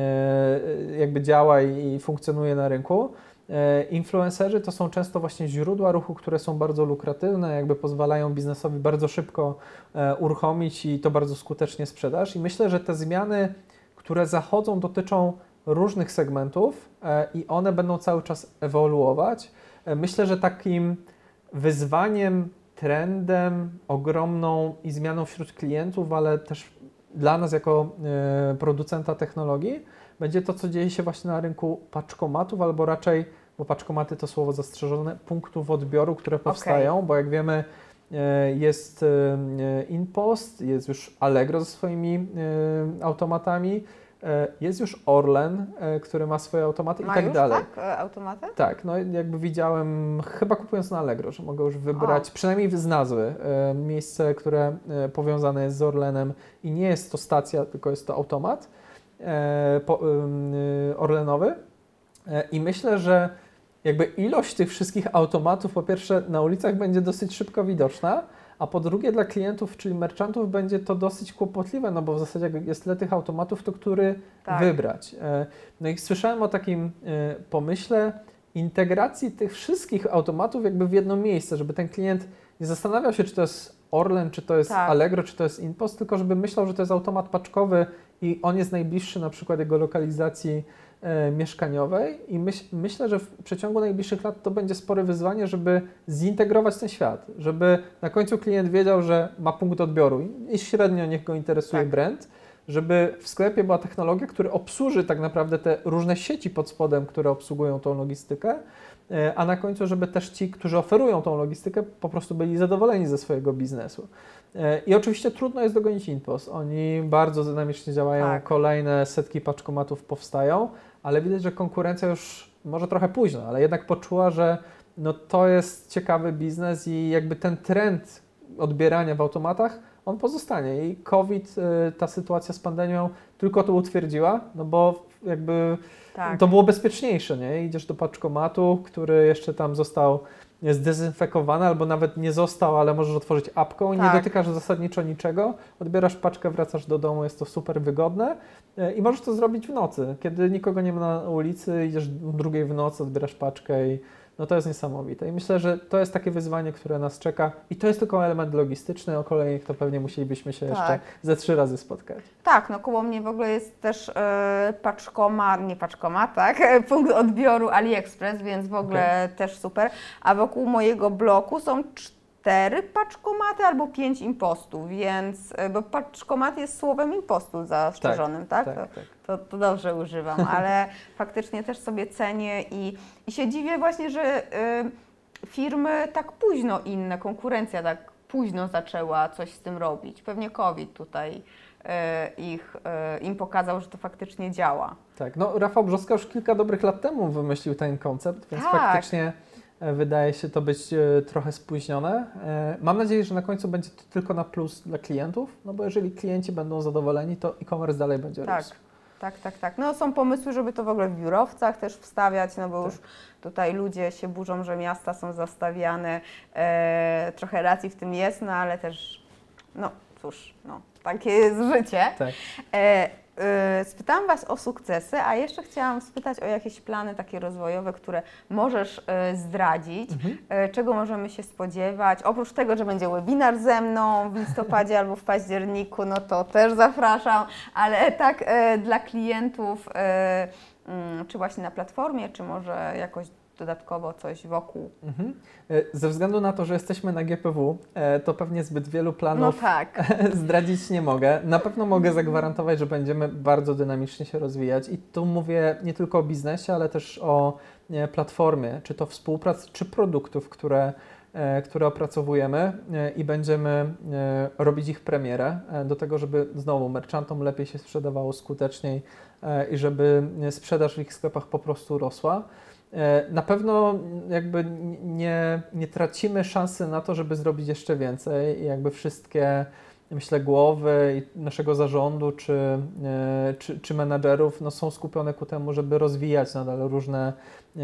e, jakby działa i, i funkcjonuje na rynku. E, influencerzy to są często właśnie źródła ruchu, które są bardzo lukratywne, jakby pozwalają biznesowi bardzo szybko e, uruchomić i to bardzo skutecznie sprzedaż. I myślę, że te zmiany, które zachodzą, dotyczą różnych segmentów e, i one będą cały czas ewoluować. E, myślę, że takim wyzwaniem, trendem, ogromną i zmianą wśród klientów, ale też dla nas jako e, producenta technologii, będzie to, co dzieje się właśnie na rynku paczkomatów, albo raczej, bo paczkomaty to słowo zastrzeżone, punktów odbioru, które powstają, okay. bo jak wiemy, e, jest e, InPost, jest już Allegro ze swoimi e, automatami, jest już Orlen, który ma swoje automaty ma i tak już, dalej. tak? Automaty? Tak, no jakby widziałem, chyba kupując na Allegro, że mogę już wybrać, o. przynajmniej z nazwy, miejsce, które powiązane jest z Orlenem i nie jest to stacja, tylko jest to automat orlenowy. I myślę, że jakby ilość tych wszystkich automatów po pierwsze na ulicach będzie dosyć szybko widoczna, a po drugie dla klientów, czyli merchantów, będzie to dosyć kłopotliwe, no bo w zasadzie jak jest tyle tych automatów, to który tak. wybrać. No i słyszałem o takim pomyśle, integracji tych wszystkich automatów jakby w jedno miejsce, żeby ten klient nie zastanawiał się, czy to jest Orlen, czy to jest Tak. Allegro, czy to jest InPost, tylko żeby myślał, że to jest automat paczkowy i on jest najbliższy na przykład jego lokalizacji e, mieszkaniowej i myśl, myślę, że w przeciągu najbliższych lat to będzie spore wyzwanie, żeby zintegrować ten świat, żeby na końcu klient wiedział, że ma punkt odbioru i średnio niech go interesuje Tak. brand, żeby w sklepie była technologia, która obsłuży tak naprawdę te różne sieci pod spodem, które obsługują tą logistykę, a na końcu, żeby też ci, którzy oferują tą logistykę, po prostu byli zadowoleni ze swojego biznesu. I oczywiście trudno jest dogonić InPost. Oni bardzo dynamicznie działają, Tak. kolejne setki paczkomatów powstają, ale widać, że konkurencja już może trochę późno, ale jednak poczuła, że no to jest ciekawy biznes i jakby ten trend odbierania w automatach, on pozostanie i COVID, ta sytuacja z pandemią tylko to utwierdziła, no bo jakby Tak. to było bezpieczniejsze, nie? Idziesz do paczkomatu, który jeszcze tam został zdezynfekowany albo nawet nie został, ale możesz otworzyć apką i Tak. nie dotykasz zasadniczo niczego, odbierasz paczkę, wracasz do domu, jest to super wygodne i możesz to zrobić w nocy, kiedy nikogo nie ma na ulicy, idziesz drugiej w nocy, odbierasz paczkę i no to jest niesamowite. I myślę, że to jest takie wyzwanie, które nas czeka i to jest tylko element logistyczny, o kolejnych to pewnie musielibyśmy się Tak. jeszcze ze trzy razy spotkać. Tak, no koło mnie w ogóle jest też e, paczkomat, nie paczkomat, tak, punkt odbioru AliExpress, więc w ogóle Okay. też super. A wokół mojego bloku są cztery paczkomaty albo pięć impostów, więc, e, bo paczkomat jest słowem impostu zastrzeżonym, tak? Tak, to, tak. To, to dobrze używam, ale faktycznie też sobie cenię i, i się dziwię właśnie, że y, firmy tak późno inne, konkurencja tak późno zaczęła coś z tym robić. Pewnie COVID tutaj y, ich, y, im pokazał, że to faktycznie działa. Tak, no Rafał Brzoska już kilka dobrych lat temu wymyślił ten koncept, więc Tak. faktycznie e, wydaje się to być e, trochę spóźnione. E, mam nadzieję, że na końcu będzie to tylko na plus dla klientów, no bo jeżeli klienci będą zadowoleni, to e-commerce dalej będzie Tak. rósł. Tak, tak, tak. No są pomysły, żeby to w ogóle w biurowcach też wstawiać, no bo Tak. już tutaj ludzie się burzą, że miasta są zastawiane. E, trochę racji w tym jest, no ale też, no cóż, no takie jest życie. Tak. E, e, spytałam Was o sukcesy, a jeszcze chciałam spytać o jakieś plany takie rozwojowe, które możesz e, zdradzić, Mhm. e, czego możemy się spodziewać. Oprócz tego, że będzie webinar ze mną w listopadzie albo w październiku, no to też zapraszam, ale tak e, dla klientów, e, mm, czy właśnie na platformie, czy może jakoś dodatkowo coś wokół. Mhm. E, Ze względu na to, że jesteśmy na G P W, e, to pewnie zbyt wielu No planów tak. zdradzić nie mogę. Na pewno mogę zagwarantować, że będziemy bardzo dynamicznie się rozwijać i tu mówię nie tylko o biznesie, ale też o nie, platformie, czy to współprac, czy produktów, które, e, które opracowujemy e, i będziemy e, robić ich premierę e, do tego, żeby znowu merchantom lepiej się sprzedawało, skuteczniej e, i żeby sprzedaż w ich sklepach po prostu rosła. Na pewno jakby nie, nie tracimy szansy na to, żeby zrobić jeszcze więcej i jakby wszystkie, myślę, głowy naszego zarządu czy, czy, czy menadżerów no, są skupione ku temu, żeby rozwijać nadal różne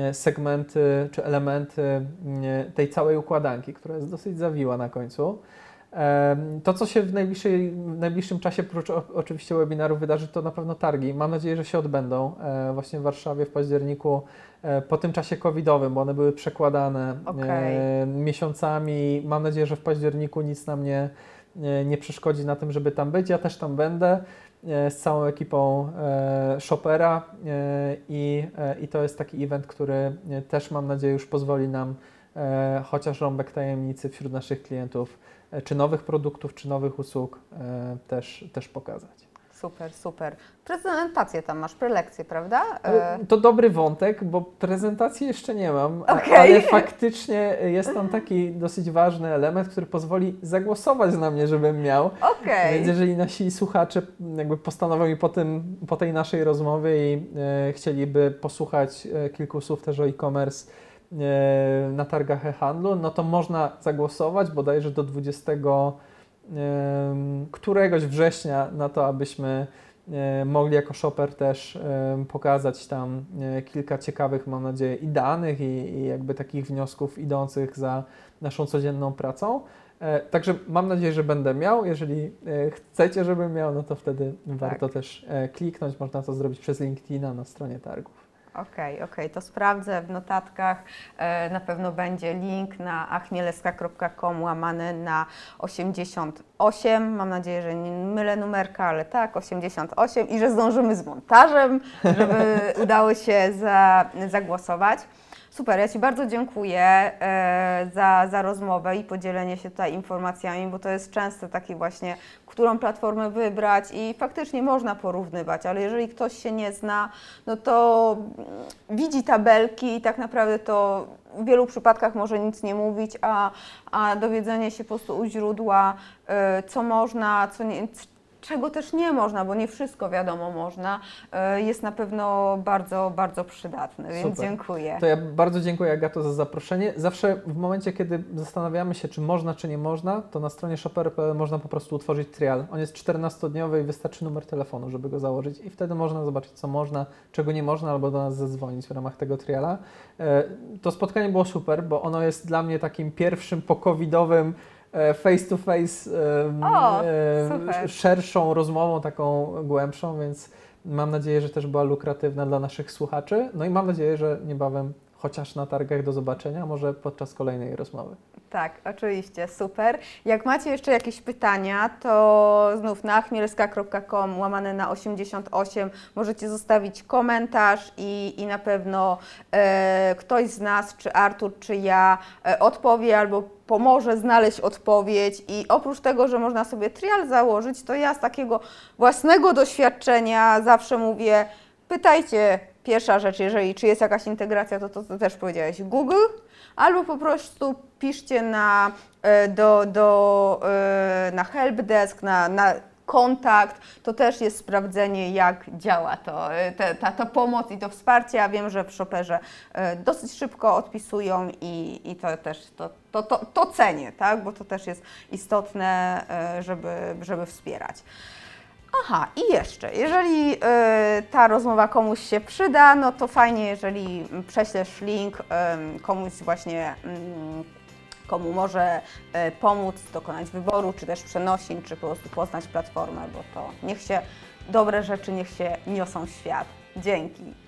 segmenty czy elementy tej całej układanki, która jest dosyć zawiła na końcu. To, co się w, najbliższej, w najbliższym czasie, prócz oczywiście webinaru wydarzy, to na pewno targi. Mam nadzieję, że się odbędą właśnie w Warszawie w październiku po tym czasie covidowym, bo one były przekładane Okay. miesiącami. Mam nadzieję, że w październiku nic nam nie, nie przeszkodzi na tym, żeby tam być. Ja też tam będę z całą ekipą Shopera i, i to jest taki event, który też mam nadzieję już pozwoli nam chociaż rąbek tajemnicy wśród naszych klientów czy nowych produktów, czy nowych usług e, też, też pokazać. Super, super. Prezentację tam masz, prelekcję, prawda? E... To dobry wątek, bo prezentacji jeszcze nie mam, Okay. ale faktycznie jest tam taki dosyć ważny element, który pozwoli zagłosować na mnie, żebym miał. Okay. Więc jeżeli nasi słuchacze jakby postanowią i po, tym, po tej naszej rozmowie i e, chcieliby posłuchać e, kilku słów też o e-commerce na targach e-handlu, no to można zagłosować bodajże do dwudziestego któregoś września na to, abyśmy mogli jako shopper też pokazać tam kilka ciekawych, mam nadzieję, i danych, i, i jakby takich wniosków idących za naszą codzienną pracą. Także mam nadzieję, że będę miał. Jeżeli chcecie, żebym miał, no to wtedy tak. Warto też kliknąć. Można to zrobić przez LinkedIna na stronie targów. Okej, okay, okej, okay. To sprawdzę w notatkach. E, na pewno będzie link na achmieleska kropka com łamany na osiemdziesiąt osiem. Mam nadzieję, że nie mylę numerka, ale tak, osiemdziesiąt osiem i że zdążymy z montażem, żeby udało się za, zagłosować. Super, ja Ci bardzo dziękuję e, za, za rozmowę i podzielenie się tutaj informacjami, bo to jest często taki właśnie, którą platformę wybrać i faktycznie można porównywać, ale jeżeli ktoś się nie zna, no to widzi tabelki i tak naprawdę to w wielu przypadkach może nic nie mówić, a, a dowiedzenie się po prostu u źródła, e, co można, co nie, czego też nie można, bo nie wszystko wiadomo można, jest na pewno bardzo, bardzo przydatny, więc Super. Dziękuję. To ja bardzo dziękuję, Agato, za zaproszenie. Zawsze w momencie, kiedy zastanawiamy się, czy można, czy nie można, to na stronie shopper kropka p l można po prostu utworzyć trial. On jest czternastodniowy i wystarczy numer telefonu, żeby go założyć i wtedy można zobaczyć, co można, czego nie można, albo do nas zadzwonić w ramach tego triala. To spotkanie było super, bo ono jest dla mnie takim pierwszym po-covidowym face to face, o, e, szerszą rozmową, taką głębszą, więc mam nadzieję, że też była lukratywna dla naszych słuchaczy. No i mam nadzieję, że niebawem chociaż na targach do zobaczenia, może podczas kolejnej rozmowy. Tak, oczywiście, super. Jak macie jeszcze jakieś pytania, to znów na achmielska kropka com łamane na osiemdziesiąt osiem możecie zostawić komentarz i, i na pewno e, ktoś z nas, czy Artur, czy ja e, odpowie albo pomoże znaleźć odpowiedź i oprócz tego, że można sobie trial założyć, to ja z takiego własnego doświadczenia zawsze mówię, pytajcie, pierwsza rzecz, jeżeli czy jest jakaś integracja, to to, to też powiedziałeś, Google, albo po prostu piszcie na, do, do, na helpdesk, na, na kontakt, to też jest sprawdzenie, jak działa to, te, ta, ta pomoc i to wsparcie. Ja wiem, że w Shopperze dosyć szybko odpisują i, i to też to, to, to, to cenię, tak? Bo to też jest istotne, żeby, żeby wspierać. Aha, i jeszcze, jeżeli y, ta rozmowa komuś się przyda, no to fajnie, jeżeli prześlesz link y, komuś właśnie, y, komu może y, pomóc dokonać wyboru, czy też przenosin, czy po prostu poznać platformę, bo to niech się, dobre rzeczy niech się niosą w świat. Dzięki.